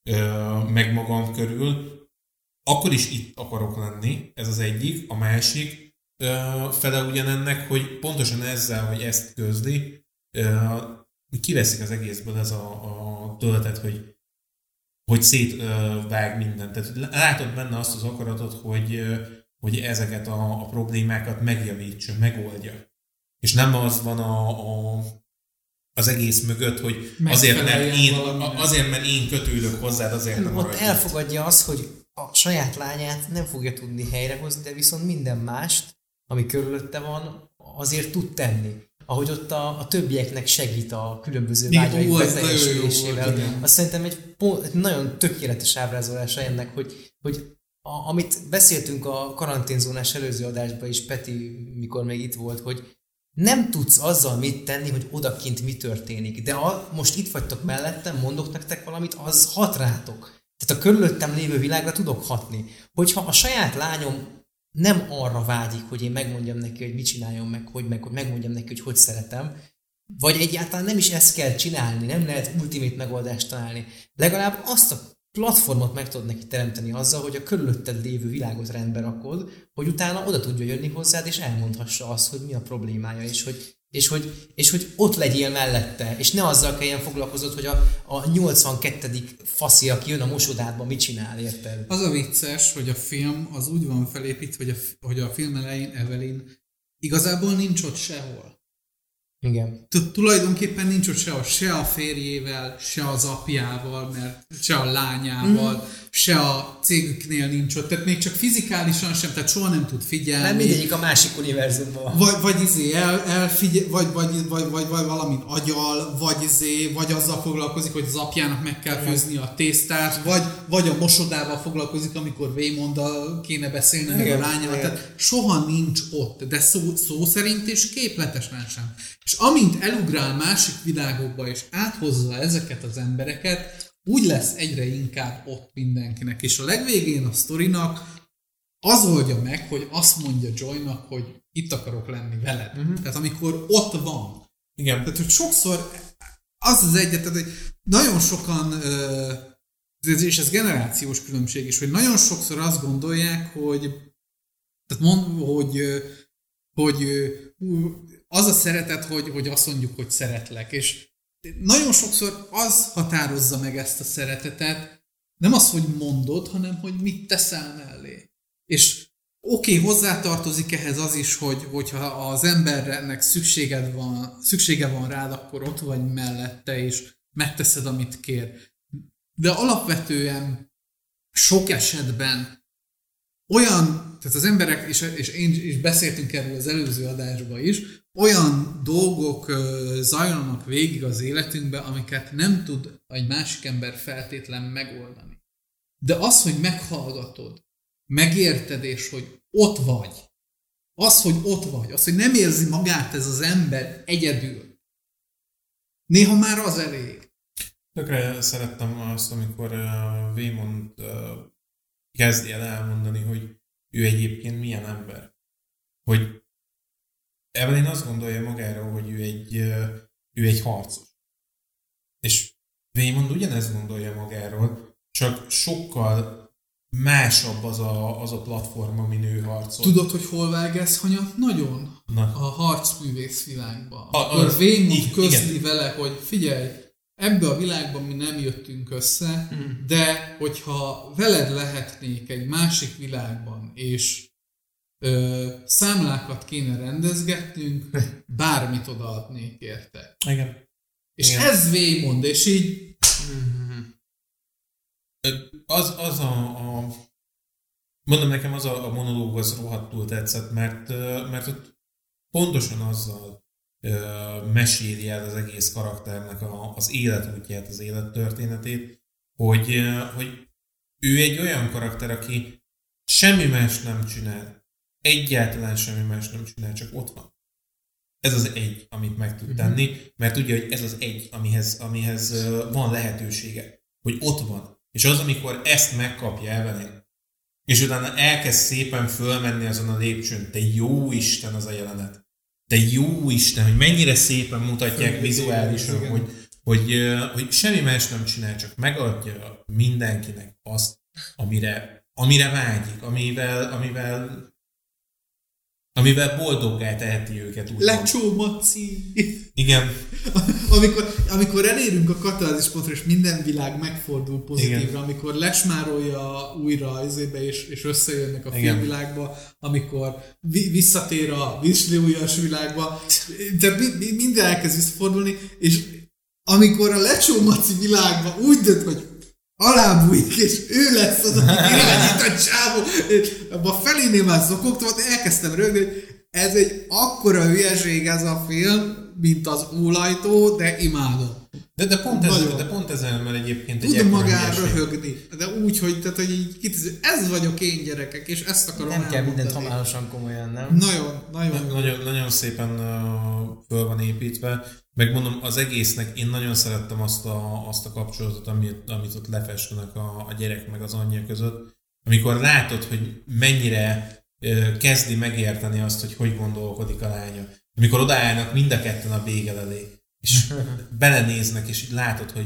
meg magam körül, akkor is itt akarok lenni, ez az egyik. A másik fele ugyanennek, hogy pontosan ezzel, hogy ezt közli, kiveszik az egészből ez a, a töltet, hogy, hogy szétvág mindent. Tehát látod benne azt az akaratot, hogy, hogy ezeket a, a problémákat megjavítsa, megoldja. És nem az van a, a, az egész mögött, hogy azért mert, én, azért, mert én kötődök hozzád, azért nem ott elfogadja azt, hogy a saját lányát nem fogja tudni helyrehozni, de viszont minden mást ami körülötte van, azért tud tenni. Ahogy ott a, a többieknek segít a különböző vágyaik beteljesülésével. Azt szerintem egy, pont, egy nagyon tökéletes ábrázolása ennek, hogy, hogy a, amit beszéltünk a karanténzónás előző adásban is, Peti, mikor még itt volt, hogy nem tudsz azzal mit tenni, hogy odakint mi történik. De a, most itt vagytok mellettem, mondok nektek valamit, az hat rátok. Tehát a körülöttem lévő világra tudok hatni. Hogyha a saját lányom nem arra vágyik, hogy én megmondjam neki, hogy mit csináljon meg, hogy meg, hogy megmondjam neki, hogy hogy szeretem, vagy egyáltalán nem is ezt kell csinálni, nem lehet ultimate megoldást találni. Legalább azt a platformot meg tudod neki teremteni azzal, hogy a körülötted lévő világot rendbe rakod, hogy utána oda tudja jönni hozzád, és elmondhassa azt, hogy mi a problémája, és hogy, és hogy, és hogy ott legyél mellette, és ne azzal kelljen foglalkozod, hogy a, a nyolcvankettedik faszi, aki jön a mosodádba, mit csinál, érted? Az a vicces, hogy a film az úgy van felépítve, hogy a, hogy a film elején Evelyn igazából nincs ott sehol. Igen. Tulajdonképpen nincs ott sehol, se a férjével, se az apjával, mert se a lányával, mm. se a cégüknél nincs ott, tehát még csak fizikálisan sem, tehát soha nem tud figyelni. Nem mindegyik a másik univerzumban. Vagy, vagy izé el, elfigyel, vagy, vagy, vagy, vagy, vagy valamin agyal, vagy izé, vagy azzal foglalkozik, hogy az apjának meg kell főzni a tésztát, vagy, vagy a mosodával foglalkozik, amikor Waymonddal kéne beszélni, meg a lányával, tehát soha nincs ott, de szó, szó szerint és képletesen sem. És amint elugrál másik világokba, és áthozza ezeket az embereket, úgy lesz egyre inkább ott mindenkinek. És a legvégén a sztorinak az oldja meg, hogy azt mondja Joynak, hogy itt akarok lenni veled. Uh-huh. Tehát amikor ott van. Igen. Tehát, hogy sokszor az az egyet, hogy nagyon sokan, és ez generációs különbség is, hogy nagyon sokszor azt gondolják, hogy tehát mond, hogy, hogy az a szeretet, hogy, hogy azt mondjuk, hogy szeretlek. És nagyon sokszor az határozza meg ezt a szeretetet, nem az, hogy mondod, hanem hogy mit teszel mellé. És oké, okay, hozzátartozik ehhez az is, hogy, hogyha az embernek szükséged van, szüksége van rád, akkor ott vagy mellette, és megteszed, amit kér. De alapvetően sok esetben olyan, tehát az emberek, és, és én is beszéltünk erről az előző adásban is, olyan dolgok uh, zajlanak végig az életünkben, amiket nem tud egy másik ember feltétlen megoldani. De az, hogy meghallgatod, megérted, és hogy ott vagy, az, hogy ott vagy, az, hogy nem érzi magát ez az ember egyedül, néha már az elég. Tökre szerettem azt, amikor uh, Waymond uh, kezdi el elmondani, hogy ő egyébként milyen ember. Hogy Evelyn azt gondolja magáról, hogy ő egy, ő egy harcos. És Waymond ugyanezt gondolja magáról, csak sokkal másabb az a, az a platform, amin ő harcol. Tudod, hogy hol vágesz hanyat? Nagyon. Na. A harcművész világban. A, Akkor Waymond közli vele, hogy figyelj, ebbe a világban mi nem jöttünk össze, mm. de hogyha veled lehetnék egy másik világban, és Ö, számlákat kéne rendezgetnünk, bármit odaadnék érte. Igen. És Igen. ez Waymond, és így... Az, az a, a... Mondom, nekem az a, a monológ az rohadtul tetszett, mert, mert ott pontosan azzal ö, meséli el az egész karakternek a, az életútját, az élettörténetét, hogy, hogy ő egy olyan karakter, aki semmi más nem csinál. Egyáltalán semmi más nem csinál, csak ott van. Ez az egy, amit meg tud tenni, mert tudja, hogy ez az egy, amihez, amihez van lehetősége, hogy ott van. És az, amikor ezt megkapja Evelyn, és utána elkezd szépen fölmenni azon a lépcsőn, de jó Isten az a jelenet. De jó Isten, hogy mennyire szépen mutatják vizuálisan, hogy, hogy, hogy semmi más nem csinál, csak megadja mindenkinek azt, amire, amire vágyik, amivel, amivel amivel boldoggá teheti őket. Lecsó, Maci! Igen. amikor, amikor elérünk a katarzis pontra, és minden világ megfordul pozitívra, igen. Amikor lesmárolja újra azébe, és, és összejönnek a filmvilágba, amikor vi, visszatér a Weasley-ujjas világba, tehát mi, mi, minden elkezd visszafordulni, és amikor a Lecsó, Maci világban úgy dönt, hogy alábújik, és ő lesz az, aki irányít a csávó. Abban felénél már zokogtam, elkezdtem rögni, ez egy akkora hülyeség ez a film, mint az Ólajtó, de imádom. De, de, pont ez, de pont ezzel, mert egyébként egy tudom magán röhögni, de úgy, hogy, tehát, hogy így kitűző, ez vagyok én gyerekek, és ezt akarom Nem elmondani. kell mindent hamárosan komolyan, nem? Nagyon, nagyon. Nagyon, nagyon szépen uh, föl van építve. Megmondom, az egésznek én nagyon szerettem azt a, azt a kapcsolatot, amit, amit ott lefestenek a, a gyerek meg az anyja között. Amikor látod, hogy mennyire uh, kezdi megérteni azt, hogy hogy gondolkodik a lánya. Amikor odaállnak mind a ketten a bégel elé. És belenéznek, és így látod, hogy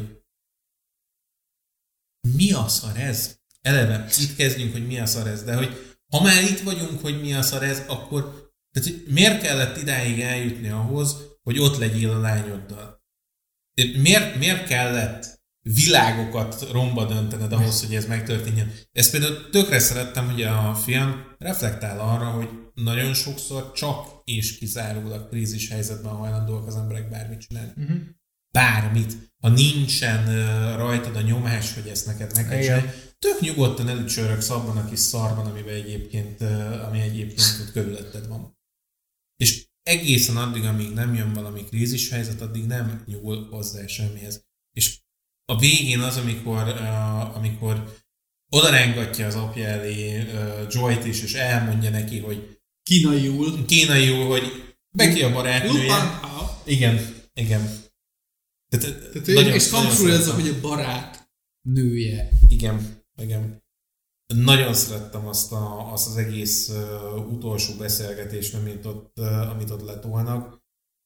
mi a szar ez? Eleve itt kezdjünk, hogy mi a szar ez, de hogy ha már itt vagyunk, hogy mi a szar ez, akkor tehát, hogy miért kellett idáig eljutni ahhoz, hogy ott legyél a lányoddal? Miért, miért kellett világokat romba döntened ahhoz, hogy ez megtörténjen? Ezt például tökre szerettem, hogy a film reflektál arra, hogy nagyon sokszor csak és kizárólag krízis helyzetben hajlandóak az emberek bármit csinálni. Uh-huh. Bármit. Ha nincsen uh, rajtad a nyomás, hogy ezt neked meg kell csinálni, tök nyugodtan elücsörögsz abban a kis szarban, amiben egyébként, uh, ami egyébként ott körülötted van. És egészen addig, amíg nem jön valami krízis helyzet, addig nem nyúl hozzá semmihez. És a végén az, amikor, uh, amikor odarángatja az apja elé uh, Joyt is, és elmondja neki, hogy Kínaiul. Kínaiul, hogy Becky a barátnője. Igen, igen. Tehát, Tehát nagyon, és hangsúlyozza, hogy a barát nője. Igen, igen. Nagyon szerettem azt, a, azt az egész uh, utolsó beszélgetést, amit ott, uh, amit ott letolnak.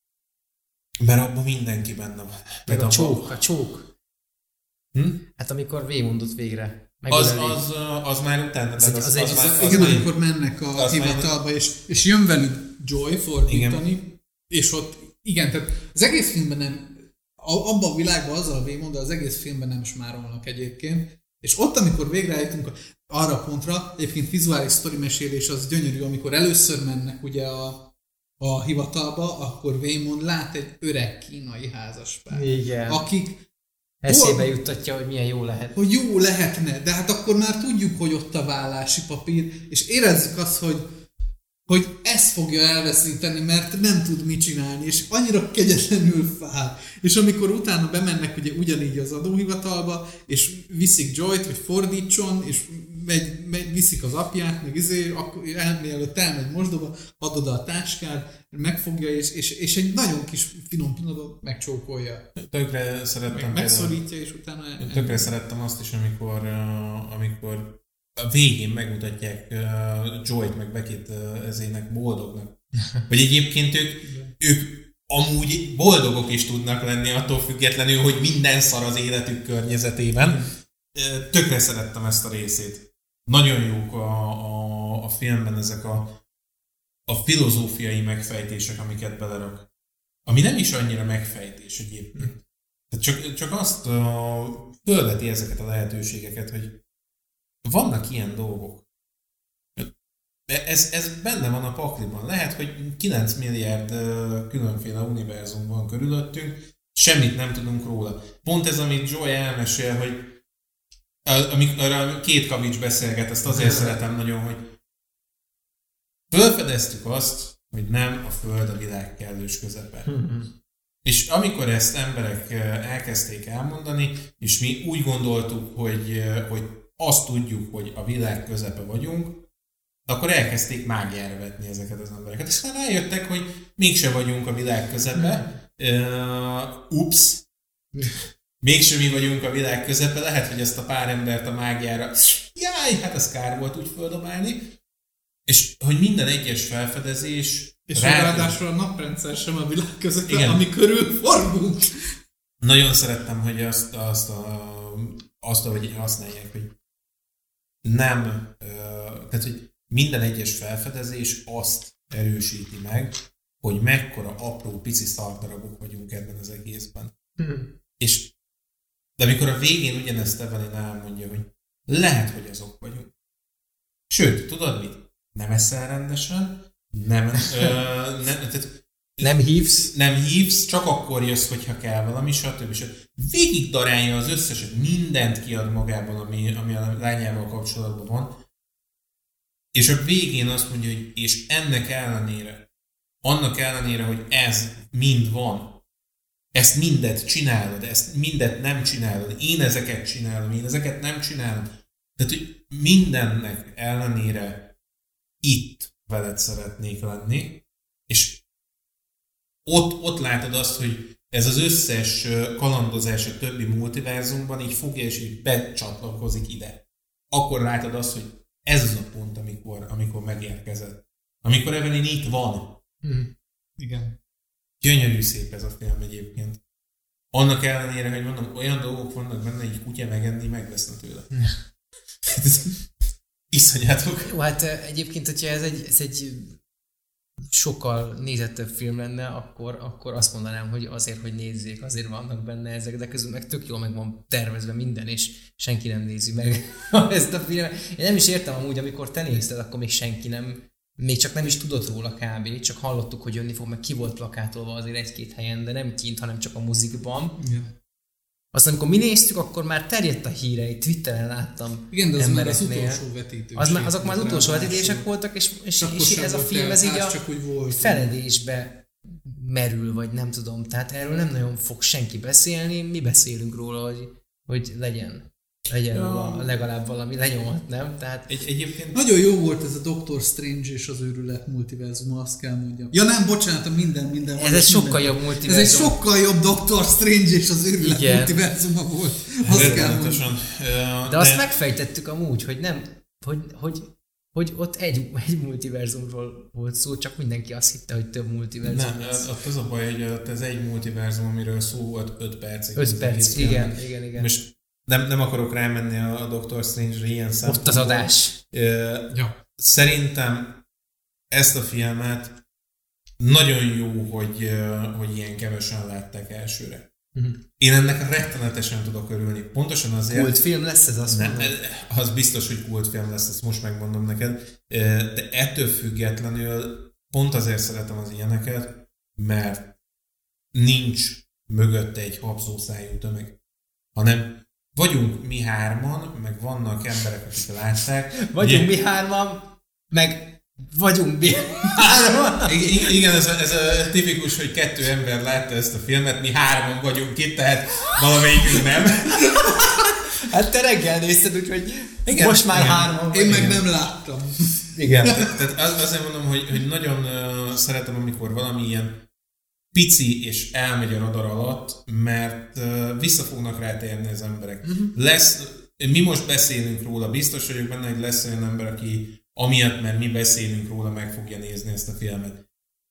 Mert abban mindenki benne van. Meg a csók, a csók. Hm? Hát amikor V-mondott végre. Az, az, az már utána. Az, az, az, az, az, az igen, amikor mennek a hivatalba, és, és jön velük Joy fordítani, igen. És ott, igen, tehát az egész filmben nem, abban a világban azzal a V-mond, de az egész filmben nem smárolnak egyébként, és ott, amikor végre eljutunk arra a pontra, egyébként vizuális sztori mesélés az gyönyörű, amikor először mennek ugye a, a hivatalba, akkor V-mond lát egy öreg kínai házaspár, igen. Akik eszébe juttatja, hogy milyen jó lehet. Hogy jó lehetne, de hát akkor már tudjuk, hogy ott a vállási papír, és érezzük azt, hogy, hogy ezt fogja elveszíteni, mert nem tud mit csinálni, és annyira kegyetlenül fáj. És amikor utána bemennek ugye ugyanígy az adóhivatalba, és viszik Joyt, hogy fordítson, és megy, megy, viszik az apját, meg izé, akkor el, mielőtt elmegy mosdóba, ad oda a táskát, megfogja, és, és, és egy nagyon kis finom pillanatban megcsókolja. Tökre szerettem. Meg, megszorítja, és utána... El, tökre el... szerettem azt is, amikor, uh, amikor a végén megmutatják uh, Joyt meg Beckit uh, ezének boldognak. Hogy egyébként ők, ők amúgy boldogok is tudnak lenni attól függetlenül, hogy minden szar az életük környezetében. Tökre szerettem ezt a részét. Nagyon jók a, a, a filmben ezek a, a filozófiai megfejtések, amiket belerak. Ami nem is annyira megfejtés egyébként. Tehát csak, csak azt uh, fölveti ezeket a lehetőségeket, hogy vannak ilyen dolgok. Ez, ez benne van a pakliban. Lehet, hogy kilenc milliárd uh, különféle univerzum van körülöttünk, semmit nem tudunk róla. Pont ez, amit Joy elmesél, hogy amikor a két kavics beszélget, ezt azért szeretem nagyon, hogy felfedeztük azt, hogy nem a Föld a világ kellős közepe. Mm-hmm. És amikor ezt emberek elkezdték elmondani, és mi úgy gondoltuk, hogy, hogy azt tudjuk, hogy a világ közepe vagyunk, akkor elkezdték mágiára vetni ezeket az embereket. És már rájöttek, hogy mégse vagyunk a világ közepe. Uh, ups! Mégsem mi vagyunk a világ közepe, lehet, hogy ezt a pár embert a mágiára, jaj, hát ez kár volt úgy földobálni. És hogy minden egyes felfedezés... És ráadásul a naprendszer sem a világ közepe, igen. Ami körül forgunk. Nagyon szerettem, hogy azt, azt, a, azt ahogy használják, hogy nem, tehát, hogy minden egyes felfedezés azt erősíti meg, hogy mekkora apró, pici szardarabok vagyunk ebben az egészben. Hmm. És de amikor a végén ugyanezt Evelyn elmondja, hogy lehet, hogy azok vagyunk. Sőt, tudod mit? Nem eszel rendesen, nem, ö, nem tehát Nem hívsz? Nem hívsz, csak akkor jössz, hogyha kell valami, stb. stb. Végig darálja az összeset, mindent kiad magában, ami, ami a lányával kapcsolatban van. És a végén azt mondja, hogy és ennek ellenére, annak ellenére, hogy ez mind van, ezt mindet csinálod, ezt mindet nem csinálod, én ezeket csinálom, én ezeket nem csinálom. Tehát, hogy mindennek ellenére itt veled szeretnék lenni, és ott, ott látod azt, hogy ez az összes kalandozás a többi multiverzumban így fogja és így becsatlakozik ide. Akkor látod azt, hogy ez az a pont, amikor, amikor megérkezett. Amikor Evelyn itt van. Mm. Igen. Gyönyörű szép ez a film egyébként. Annak ellenére, hogy mondom, olyan dolgok vannak benne, egy kutya megenni, megveszne tőle. Iszonyátok. Jó, hát egyébként, hogyha ez egy, ez egy sokkal nézettebb film lenne, akkor, akkor azt mondanám, hogy azért, hogy nézzék, azért vannak benne ezek, de közül meg tök jól meg van tervezve minden, és senki nem nézi meg ezt a filmet. Én nem is értem amúgy, amikor te nézted, akkor még senki nem, még csak nem is tudott róla kb. Csak hallottuk, hogy jönni fog, meg ki volt plakátolva azért egy-két helyen, de nem kint, hanem csak a muzikban. Igen. Aztán amikor mi néztük, akkor már terjedt a hírei, Twitteren láttam. Igen, de az már az embereknél. utolsó vetítőség. Az már, azok már az utolsó vetítések voltak, és, és, és ez a film ez így a feledésbe merül, vagy nem tudom. Tehát erről nem nagyon fog senki beszélni, mi beszélünk róla, hogy, hogy legyen. Legyen ja. legalább valami lenyomat, nem? Tehát... Egy, egyébként... Nagyon jó volt ez a Doctor Strange és az őrület multiverzuma, azt kell mondjam. Ja nem, bocsánat, minden, minden. Ez egy sokkal jobb multiverzum. Ez egy sokkal jobb Doctor Strange és az őrület Igen. multiverzuma volt. Azt kell mondjam. De, de azt megfejtettük amúgy, hogy nem, hogy, hogy, hogy ott egy, egy multiverzumról volt szó, csak mindenki azt hitte, hogy több multiverzum. Nem, ott az a baj, hogy ez egy multiverzum, amiről szó volt öt percig. öt perc, igen, igen, igen. Most Nem, nem akarok rámenni a Doctor Strange-re ilyen szempontból. Ott az adás. Uh, ja. Szerintem ezt a filmet nagyon jó, hogy, uh, hogy ilyen kevesen látták elsőre. Uh-huh. Én ennek rettenetesen tudok örülni. Pontosan azért... Kultfilm lesz ez, azt mondom? Az biztos, hogy kultfilm lesz, ezt most megmondom neked. Uh, de ettől függetlenül pont azért szeretem az ilyeneket, mert nincs mögötte egy habzószájú tömeg, hanem vagyunk mi hárman, meg vannak emberek, akik látták. Vagyunk mi hárman, meg vagyunk mi hárman. Igen, igen ez, a, ez a tipikus, hogy kettő ember látta ezt a filmet, mi hárman vagyunk itt, tehát valamelyikünk nem. Hát te reggel nézted, úgyhogy igen, most már igen. hárman vagyunk. Én meg nem láttam. Igen, tehát azért mondom, hogy, hogy nagyon uh, szeretem, amikor valami ilyen pici és elmegy a radar alatt, mert uh, vissza fognak rá térni az emberek. Uh-huh. Lesz, mi most beszélünk róla, biztos vagyok benne, hogy lesz olyan ember, aki amiatt, mert mi beszélünk róla, meg fogja nézni ezt a filmet.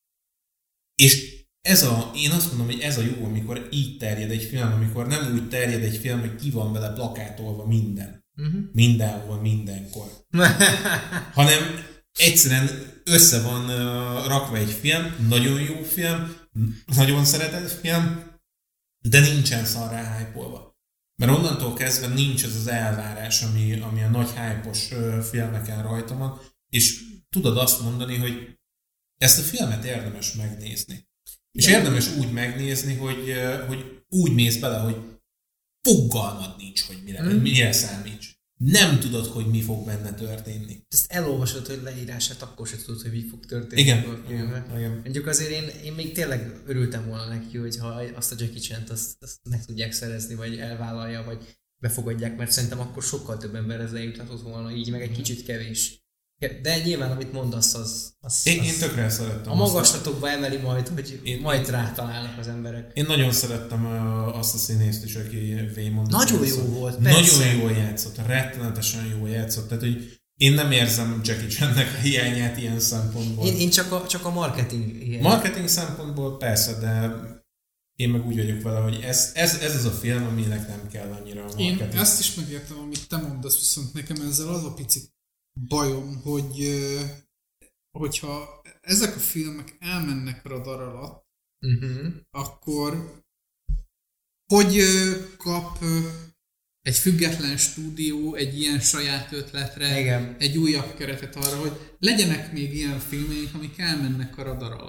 És ez a, én azt mondom, hogy ez a jó, amikor így terjed egy film, amikor nem úgy terjed egy film, hogy ki van vele plakátolva minden. Uh-huh. Mindenhol, mindenkor. Hanem egyszerűen össze van uh, rakva egy film, nagyon jó film, nagyon szeretett film, de nincsen szar rá hype-olva. Mert onnantól kezdve nincs ez az elvárás, ami, ami a nagy hype-os uh, filmeken rajta van, és tudod azt mondani, hogy ezt a filmet érdemes megnézni. És igen. érdemes úgy megnézni, hogy, uh, hogy úgy mész bele, hogy fogalmad nincs, hogy mire, hmm. mire számíts. Nem tudod, hogy mi fog benne történni. Ezt elolvasod, hogy leírását, akkor sem tudod, hogy mi fog történni. Igen. igen, igen. Mondjuk azért én, én még tényleg örültem volna neki, hogyha azt a Jackie Chan-t azt, azt meg tudják szerezni, vagy elvállalja, vagy befogadják, mert szerintem akkor sokkal több ember ezzel juthatott volna, így meg egy kicsit kevés. De nyilván, amit mondasz, az... az, én, az én tökre szerettem. A magaslatokba emeli majd, hogy én, majd rátalálnak az emberek. Én nagyon szerettem azt a színészt is, aki Waymond. Nagyon jó volt, persze. Nagyon jól játszott, rettenetesen jól játszott. Tehát, hogy én nem érzem Jackie Chan-nek a hiányát ilyen szempontból. Én, én csak, a, csak a marketing ilyen. Marketing szempontból persze, de én meg úgy vagyok vele, hogy ez, ez, ez az a film, aminek nem kell annyira a marketing. Én ezt is megértem, amit te mondasz, viszont nekem ezzel az a picit bajom, hogy hogyha ezek a filmek elmennek radar alatt, uh-huh. akkor hogy kap egy független stúdió egy ilyen saját ötletre, igen. egy újabb keretet arra, hogy legyenek még ilyen filmeink, amik elmennek a radar alatt.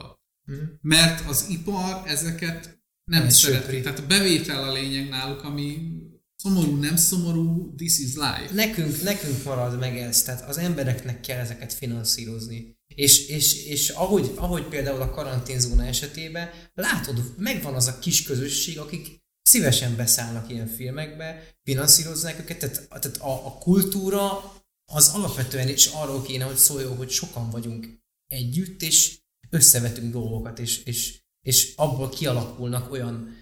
Mm. Mert az ipar ezeket nem Ez szereti. söpri. Tehát a bevétel a lényeg náluk, ami szomorú, nem szomorú, this is life. Nekünk, nekünk marad meg ez, tehát az embereknek kell ezeket finanszírozni. És, és, és ahogy, ahogy például a karanténzóna esetében, látod, megvan az a kis közösség, akik szívesen beszállnak ilyen filmekbe, finanszírozzák őket, tehát, tehát a, a kultúra az alapvetően is arról kéne, hogy szóljon, hogy sokan vagyunk együtt, és összevetünk dolgokat, és, és, és abból kialakulnak olyan,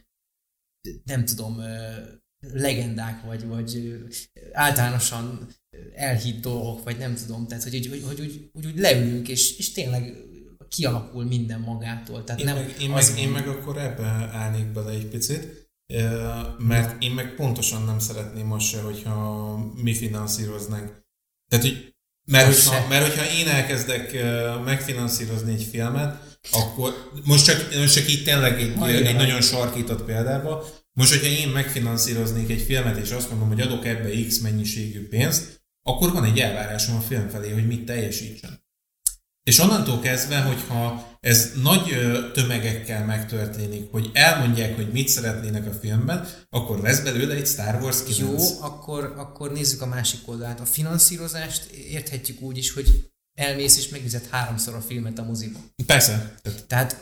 nem tudom, legendák, vagy, vagy általánosan elhitt dolgok, vagy nem tudom, tehát hogy, hogy, hogy, hogy, hogy úgy leülünk, és, és tényleg kialakul minden magától. Tehát én, nem meg, én, az meg, én meg akkor ebbe állnék bele egy picit, mert én meg pontosan nem szeretném azt se, hogyha mi finanszíroznánk. Tehát, hogy mert, hogyha, mert hogyha én elkezdek megfinanszírozni egy filmet, akkor most csak, most csak így tényleg egy, egy nagyon sarkított példában, most, hogyha én megfinanszíroznék egy filmet, és azt mondom, hogy adok ebbe X mennyiségű pénzt, akkor van egy elvárásom a film felé, hogy mit teljesítsen. És onnantól kezdve, hogyha ez nagy tömegekkel megtörténik, hogy elmondják, hogy mit szeretnének a filmben, akkor lesz belőle egy Star Wars kilenc. Jó, akkor, akkor nézzük a másik oldalát. A finanszírozást érthetjük úgy is, hogy elmész és megnézed háromszor a filmet a moziba. Persze. Tehát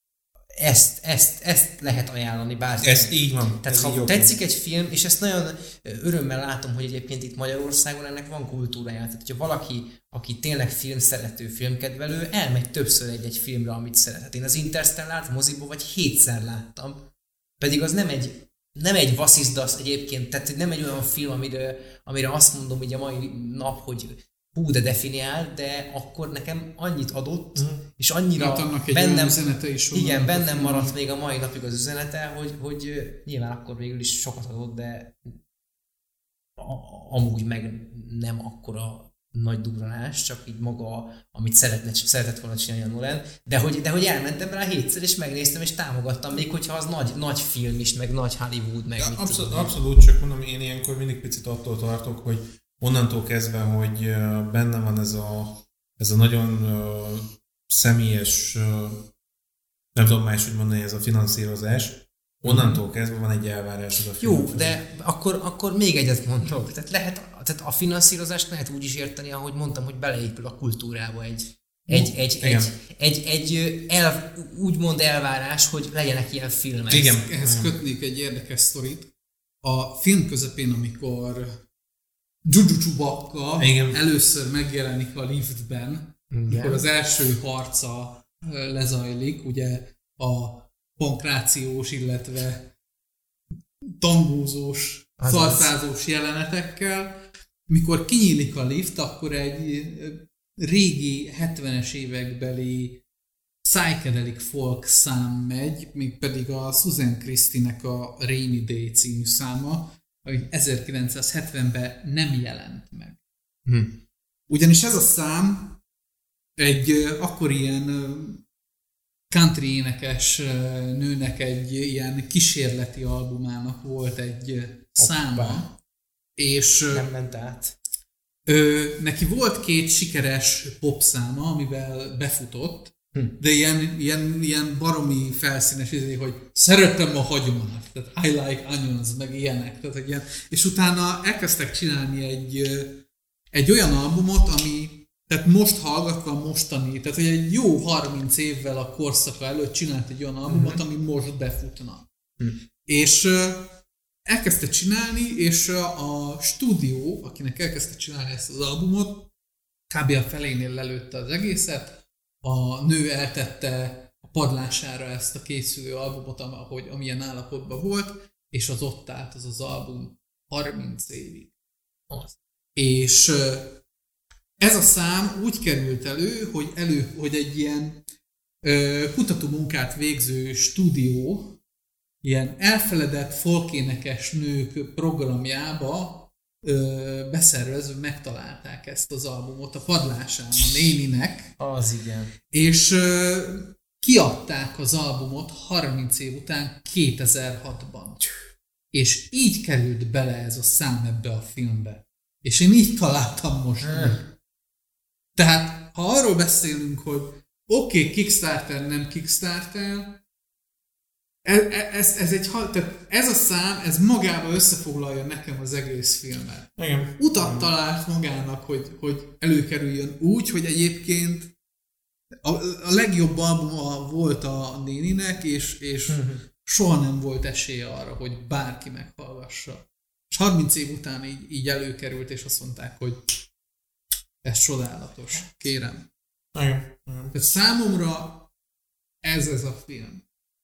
ezt, ezt, ezt lehet ajánlani bárkinek. Ez így van. Tehát ez ha így tetszik egy film, és ezt nagyon örömmel látom, hogy egyébként itt Magyarországon ennek van kultúrája. Tehát, hogyha valaki, aki tényleg filmszerető, filmkedvelő, elmegy többször egy-egy filmre, amit szeret. Én az Interstellárt moziba vagy hétszer láttam, pedig az nem egy, nem egy vasszizdasz egyébként, tehát nem egy olyan film, amire, amire azt mondom, hogy a mai nap, hogy hú, de definiál, de akkor nekem annyit adott, mm. és annyira hát annak egy bennem, üzenete is van. igen, bennem maradt még a mai napig az üzenete, hogy, hogy nyilván akkor végül is sokat adott, de amúgy meg nem akkora nagy durranás, csak így maga, amit szeretne, szeretett volna csinálni a Nolan, de hogy, de hogy elmentem rá hétszer, és megnéztem, és támogattam, még hogyha az nagy, nagy film is, meg nagy Hollywood, meg ja, mit abszolút, tudom. abszolút, csak mondom, én ilyenkor mindig picit attól tartok, hogy onnantól kezdve, hogy benne van ez a, ez a nagyon uh, személyes, uh, nem tudom máshogy mondani, ez a finanszírozás, onnantól kezdve van egy elvárás az a film. Jó, de akkor, akkor még egyet mondok. Tehát, lehet, tehát a finanszírozást lehet úgy is érteni, ahogy mondtam, hogy beleépül a kultúrába egy, egy, egy, egy, egy, egy el, úgymond elvárás, hogy legyenek ilyen filmek. Igen. Ehhez kötnék egy érdekes sztorit. A film közepén, amikor Juju Chewbacca először megjelenik a liftben, amikor az első harca lezajlik, ugye a pankrációs, illetve tangózós, szalszázós jelenetekkel. Mikor kinyílik a lift, akkor egy régi hetvenes évekbeli psychedelic folk szám megy, mégpedig a Susan Christie-nek a Rainy Day című száma, ami ezerkilencszázhetvenben nem jelent meg. Hm. Ugyanis ez a szám egy akkor ilyen country énekes nőnek egy ilyen kísérleti albumának volt egy száma, Oppá. és nem ment át. Ö, neki volt két sikeres popszáma, amivel befutott, hm. de ilyen, ilyen, ilyen baromi felszínes izé, hogy szeretem a hagyomat, tehát I like onions, meg ilyenek, tehát ilyen, és utána elkezdtek csinálni egy, egy olyan albumot, ami tehát most hallgatva mostani, tehát hogy egy jó harminc évvel a korszaka előtt csinált egy olyan albumot, uh-huh. ami most befutna. Uh-huh. És uh, elkezdte csinálni, és uh, a stúdió, akinek elkezdte csinálni ezt az albumot, kb. A felénél lelőtte az egészet, a nő eltette a padlására ezt a készülő albumot, ahogy, amilyen állapotban volt, és az ott állt az az album harminc évig. Az. És uh, ez a szám úgy került elő, hogy, elő, hogy egy ilyen ö, kutatómunkát végző stúdió, ilyen elfeledett folkénekes nők programjába ö, beszervezve megtalálták ezt az albumot a padlásán a néninek. Az igen. És ö, kiadták az albumot harminc év után kétezer-hatban. És így került bele ez a szám ebbe a filmbe. És én így találtam most. Hmm. Tehát, ha arról beszélünk, hogy oké, okay, Kickstarter, nem Kickstarter, ez, ez, ez, egy, tehát ez a szám, ez magába összefoglalja nekem az egész filmet. Igen. Utat talált magának, hogy, hogy előkerüljön úgy, hogy egyébként a, a legjobb albuma volt a néninek, és, és uh-huh. soha nem volt esélye arra, hogy bárki meghallgassa. És harminc év után így, így előkerült, és azt mondták, hogy ez csodálatos, kérem. Igen. Igen. Tehát számomra ez ez a film.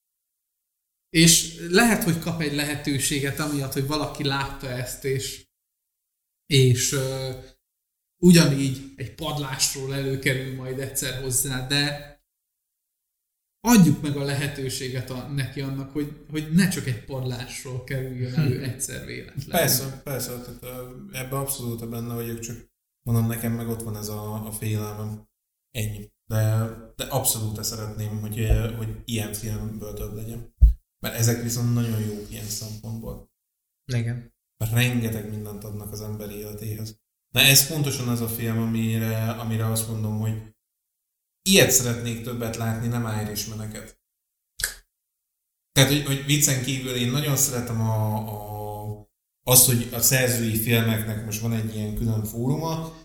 És lehet, hogy kap egy lehetőséget amiatt, hogy valaki látta ezt, és, és uh, ugyanígy egy padlásról előkerül majd egyszer hozzá, de adjuk meg a lehetőséget a, neki annak, hogy, hogy ne csak egy padlásról kerüljön elő egyszer véletlenül. Persze, persze, tehát ebben abszolút benne vagyok, csak mondom, nekem meg ott van ez a, a félelmem. Ennyi. De, de abszolút szeretném, hogy, hogy ilyen filmből több legyen. Mert ezek viszont nagyon jók ilyen szempontból. Igen. Mert rengeteg mindent adnak az ember életéhez. Na ez pontosan az a film, amire, amire azt mondom, hogy ilyet szeretnék többet látni, nem Irishmaneket. Tehát, hogy, hogy viccen kívül én nagyon szeretem a, a, azt, hogy a szerzői filmeknek most van egy ilyen külön fóruma.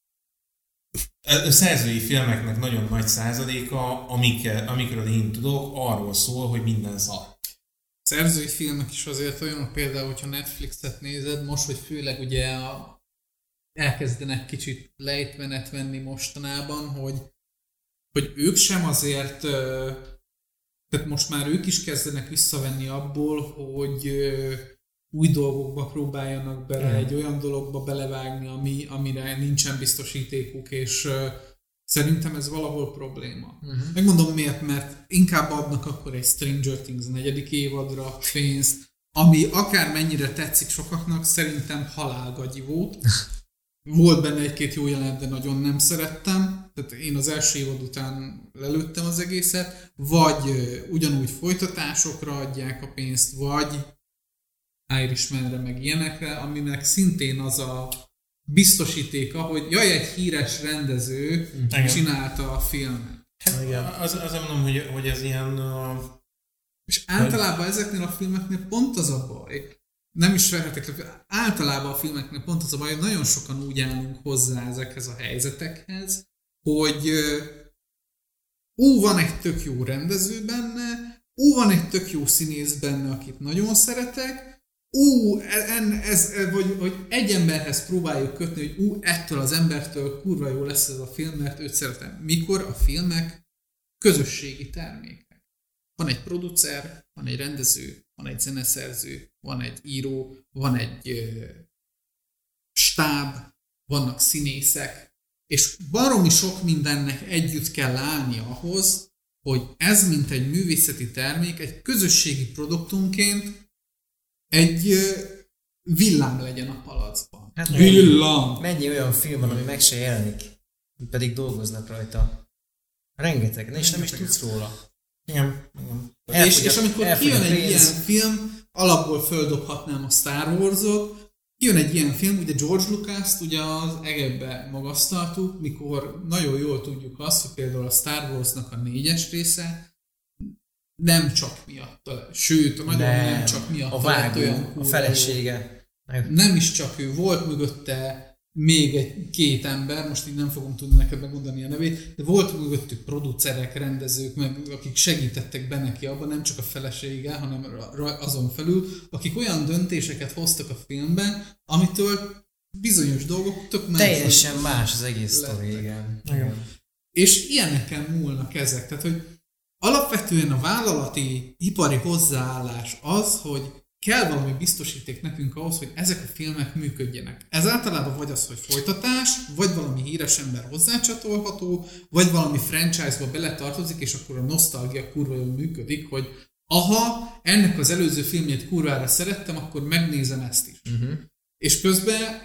A szerzői filmeknek nagyon nagy százaléka, amikkel, amikről én tudok, arról szól, hogy minden szar. Szerzői filmek is azért olyan, például, hogyha Netflixet nézed, most, hogy főleg ugye a, elkezdenek kicsit lejtmenet venni mostanában, hogy, hogy ők sem azért, tehát most már ők is kezdenek visszavenni abból, hogy új dolgokba próbáljanak bele, mm. egy olyan dologba belevágni, ami, amire nincsen biztosítékuk, és szerintem ez valahol probléma. Uh-huh. Megmondom miért, mert inkább adnak akkor egy Stranger Things negyedik évadra pénzt, ami akár mennyire tetszik sokaknak, szerintem halálgagyi volt. Volt benne egy-két jó jelenet, de nagyon nem szerettem. Tehát én az első évad után lelőttem az egészet. Vagy ugyanúgy folytatásokra adják a pénzt, vagy Irishmanre meg ilyenekre, aminek szintén az a biztosítéka, hogy jaj, egy híres rendező igen. csinálta a filmet. Hát, az, azért mondom, hogy, hogy ez ilyen... Uh... És általában hogy... ezeknél a filmeknél pont az a baj, nem is felhetek, általában a filmeknél pont az a baj, hogy nagyon sokan úgy állunk hozzá ezekhez a helyzetekhez, hogy ó, van egy tök jó rendező benne, ó, van egy tök jó színész benne, akit nagyon szeretek, ú, ez, ez, vagy, vagy egy emberhez próbáljuk kötni, hogy ú, ettől az embertől kurva jó lesz ez a film, mert őt szeretem. Mikor a filmek közösségi termékek. Van egy producer, van egy rendező, van egy zeneszerző, van egy író, van egy ö, stáb, vannak színészek, és baromi sok mindennek együtt kell állni ahhoz, hogy ez, mint egy művészeti termék, egy közösségi produktumként egy villám legyen a palacban. Hát villám! Mennyi olyan film van, ami meg se jelenik, pedig dolgoznak rajta. Rengeteg, és nem is tudsz róla. Igen. Igen. És, és amikor kijön egy ilyen film, alapból földobhatnám a Star Wars-ot, kijön egy ilyen film, ugye George Lucas-t ugye az egebbe magasztaltuk, mikor nagyon jól tudjuk azt, hogy például a Star Wars-nak a négyes része nem csak miatta, sőt, nagyon nem, nem csak miatta. A vágó, olyan a felesége. Jó. Nem is csak ő, volt mögötte még egy két ember, most így nem fogom tudni neked megmondani a nevét, de volt mögöttük producerek, rendezők, meg, akik segítettek be neki abban, nem csak a felesége, hanem azon felül, akik olyan döntéseket hoztak a filmben, amitől bizonyos dolgok tök más. Teljesen más az egész sztori, igen. igen. És ilyeneken múlnak ezek. Tehát, hogy alapvetően a vállalati, ipari hozzáállás az, hogy kell valami biztosíték nekünk ahhoz, hogy ezek a filmek működjenek. Ez általában vagy az, hogy folytatás, vagy valami híres ember hozzácsatolható, vagy valami franchise-ba beletartozik, és akkor a nosztalgia kurva jól működik, hogy aha, ennek az előző filmjét kurvára szerettem, akkor megnézem ezt is. Uh-huh. És közben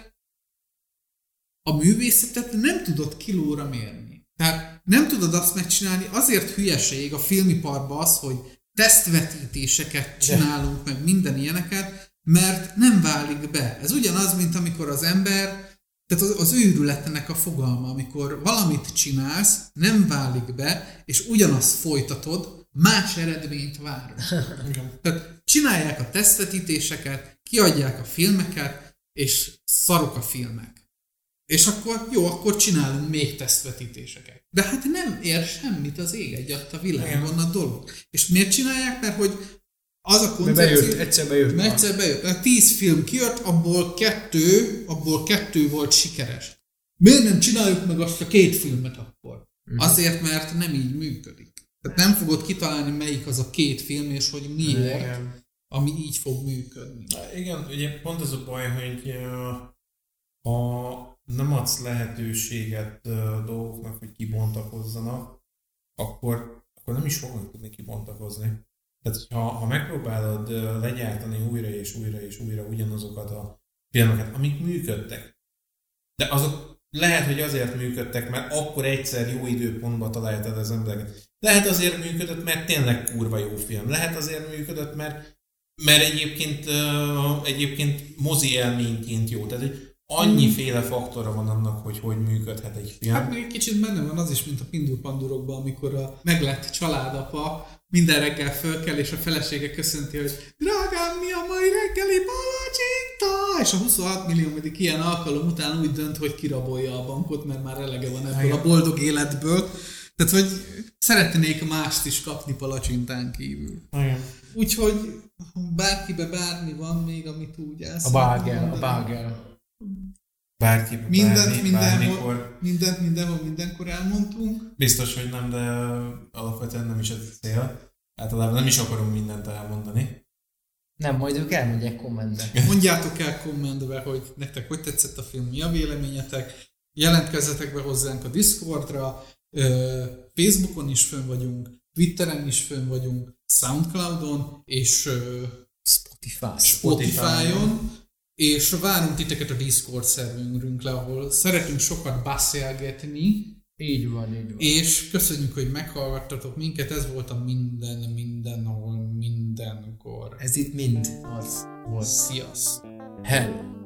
a művészetet nem tudod kilóra mérni. Tehát nem tudod azt megcsinálni, azért hülyeség a filmiparban az, hogy tesztvetítéseket csinálunk, meg minden ilyeneket, mert nem válik be. Ez ugyanaz, mint amikor az ember Tehát az, az őrületnek a fogalma, amikor valamit csinálsz, nem válik be, és ugyanazt folytatod, más eredményt várod. Tehát csinálják a tesztvetítéseket, kiadják a filmeket, és szarok a filmek. És akkor jó, akkor csinálunk még tesztvetítéseket. De hát nem ér semmit az ég egyatt a világon a dolog. És miért csinálják? Mert hogy az a koncepció... Bejött, egyszer bejött. Egyszer bejött. A tíz film kijött, abból kettő, abból kettő volt sikeres. Miért nem csináljuk meg azt a két filmet akkor? Mm. Azért, mert nem így működik. Tehát nem fogod kitalálni, melyik az a két film, és hogy miért, igen, ami így fog működni. Igen, ugye pont ez a baj, hogy ha nem adsz lehetőséget dolgoknak, hogy kibontakozzanak, akkor, akkor nem is fognak tudni kibontakozni. Tehát, ha, ha megpróbálod legyártani újra és újra és újra ugyanazokat a filmeket, amik működtek, de azok lehet, hogy azért működtek, mert akkor egyszer jó időpontban találtad az embereket. Lehet azért működött, mert tényleg kurva jó film. Lehet azért működött, mert, mert egyébként, uh, egyébként mozi élményként jó. Tehát, hogy annyiféle faktora van annak, hogy hogy működhet egy film. Hát még kicsit benne van az is, mint a Pindur-Pandurokban, amikor a meglett családapa minden reggel fölkel, és a felesége köszönti, hogy drágám, mi a mai reggeli palacsinta? És a huszonhat milliómodik ilyen alkalom után úgy dönt, hogy kirabolja a bankot, mert már elege van ebből igen, a boldog életből. Tehát, hogy szeretnék mást is kapni palacsintán kívül. Igen. Úgyhogy bárkibe bármi van még, amit úgy elsz. A bágel, a bágel. Bárkibe mindent, bármi, mindenhol, mindent, mindenhol, mindenkor elmondtunk. Biztos, hogy nem, de alapvetően nem is ez a cél. Általában nem is akarunk mindent elmondani. Nem, majd ők elmondják kommentbe. Mondjátok el kommentbe, hogy nektek hogy tetszett a film, mi a véleményetek. Jelentkezzetek be hozzánk a Discordra, Facebookon is fönn vagyunk, Twitteren is fönn vagyunk, Soundcloudon és Spotify. Spotify-on. És várunk titeket a Discord szerverünkre, ahol szeretünk sokat beszélgetni. Így van, így van. És köszönjük, hogy meghallgattatok minket, ez volt a minden, mindenhol, mindenkor. Ez itt mind az volt. Sziasztok! Hello!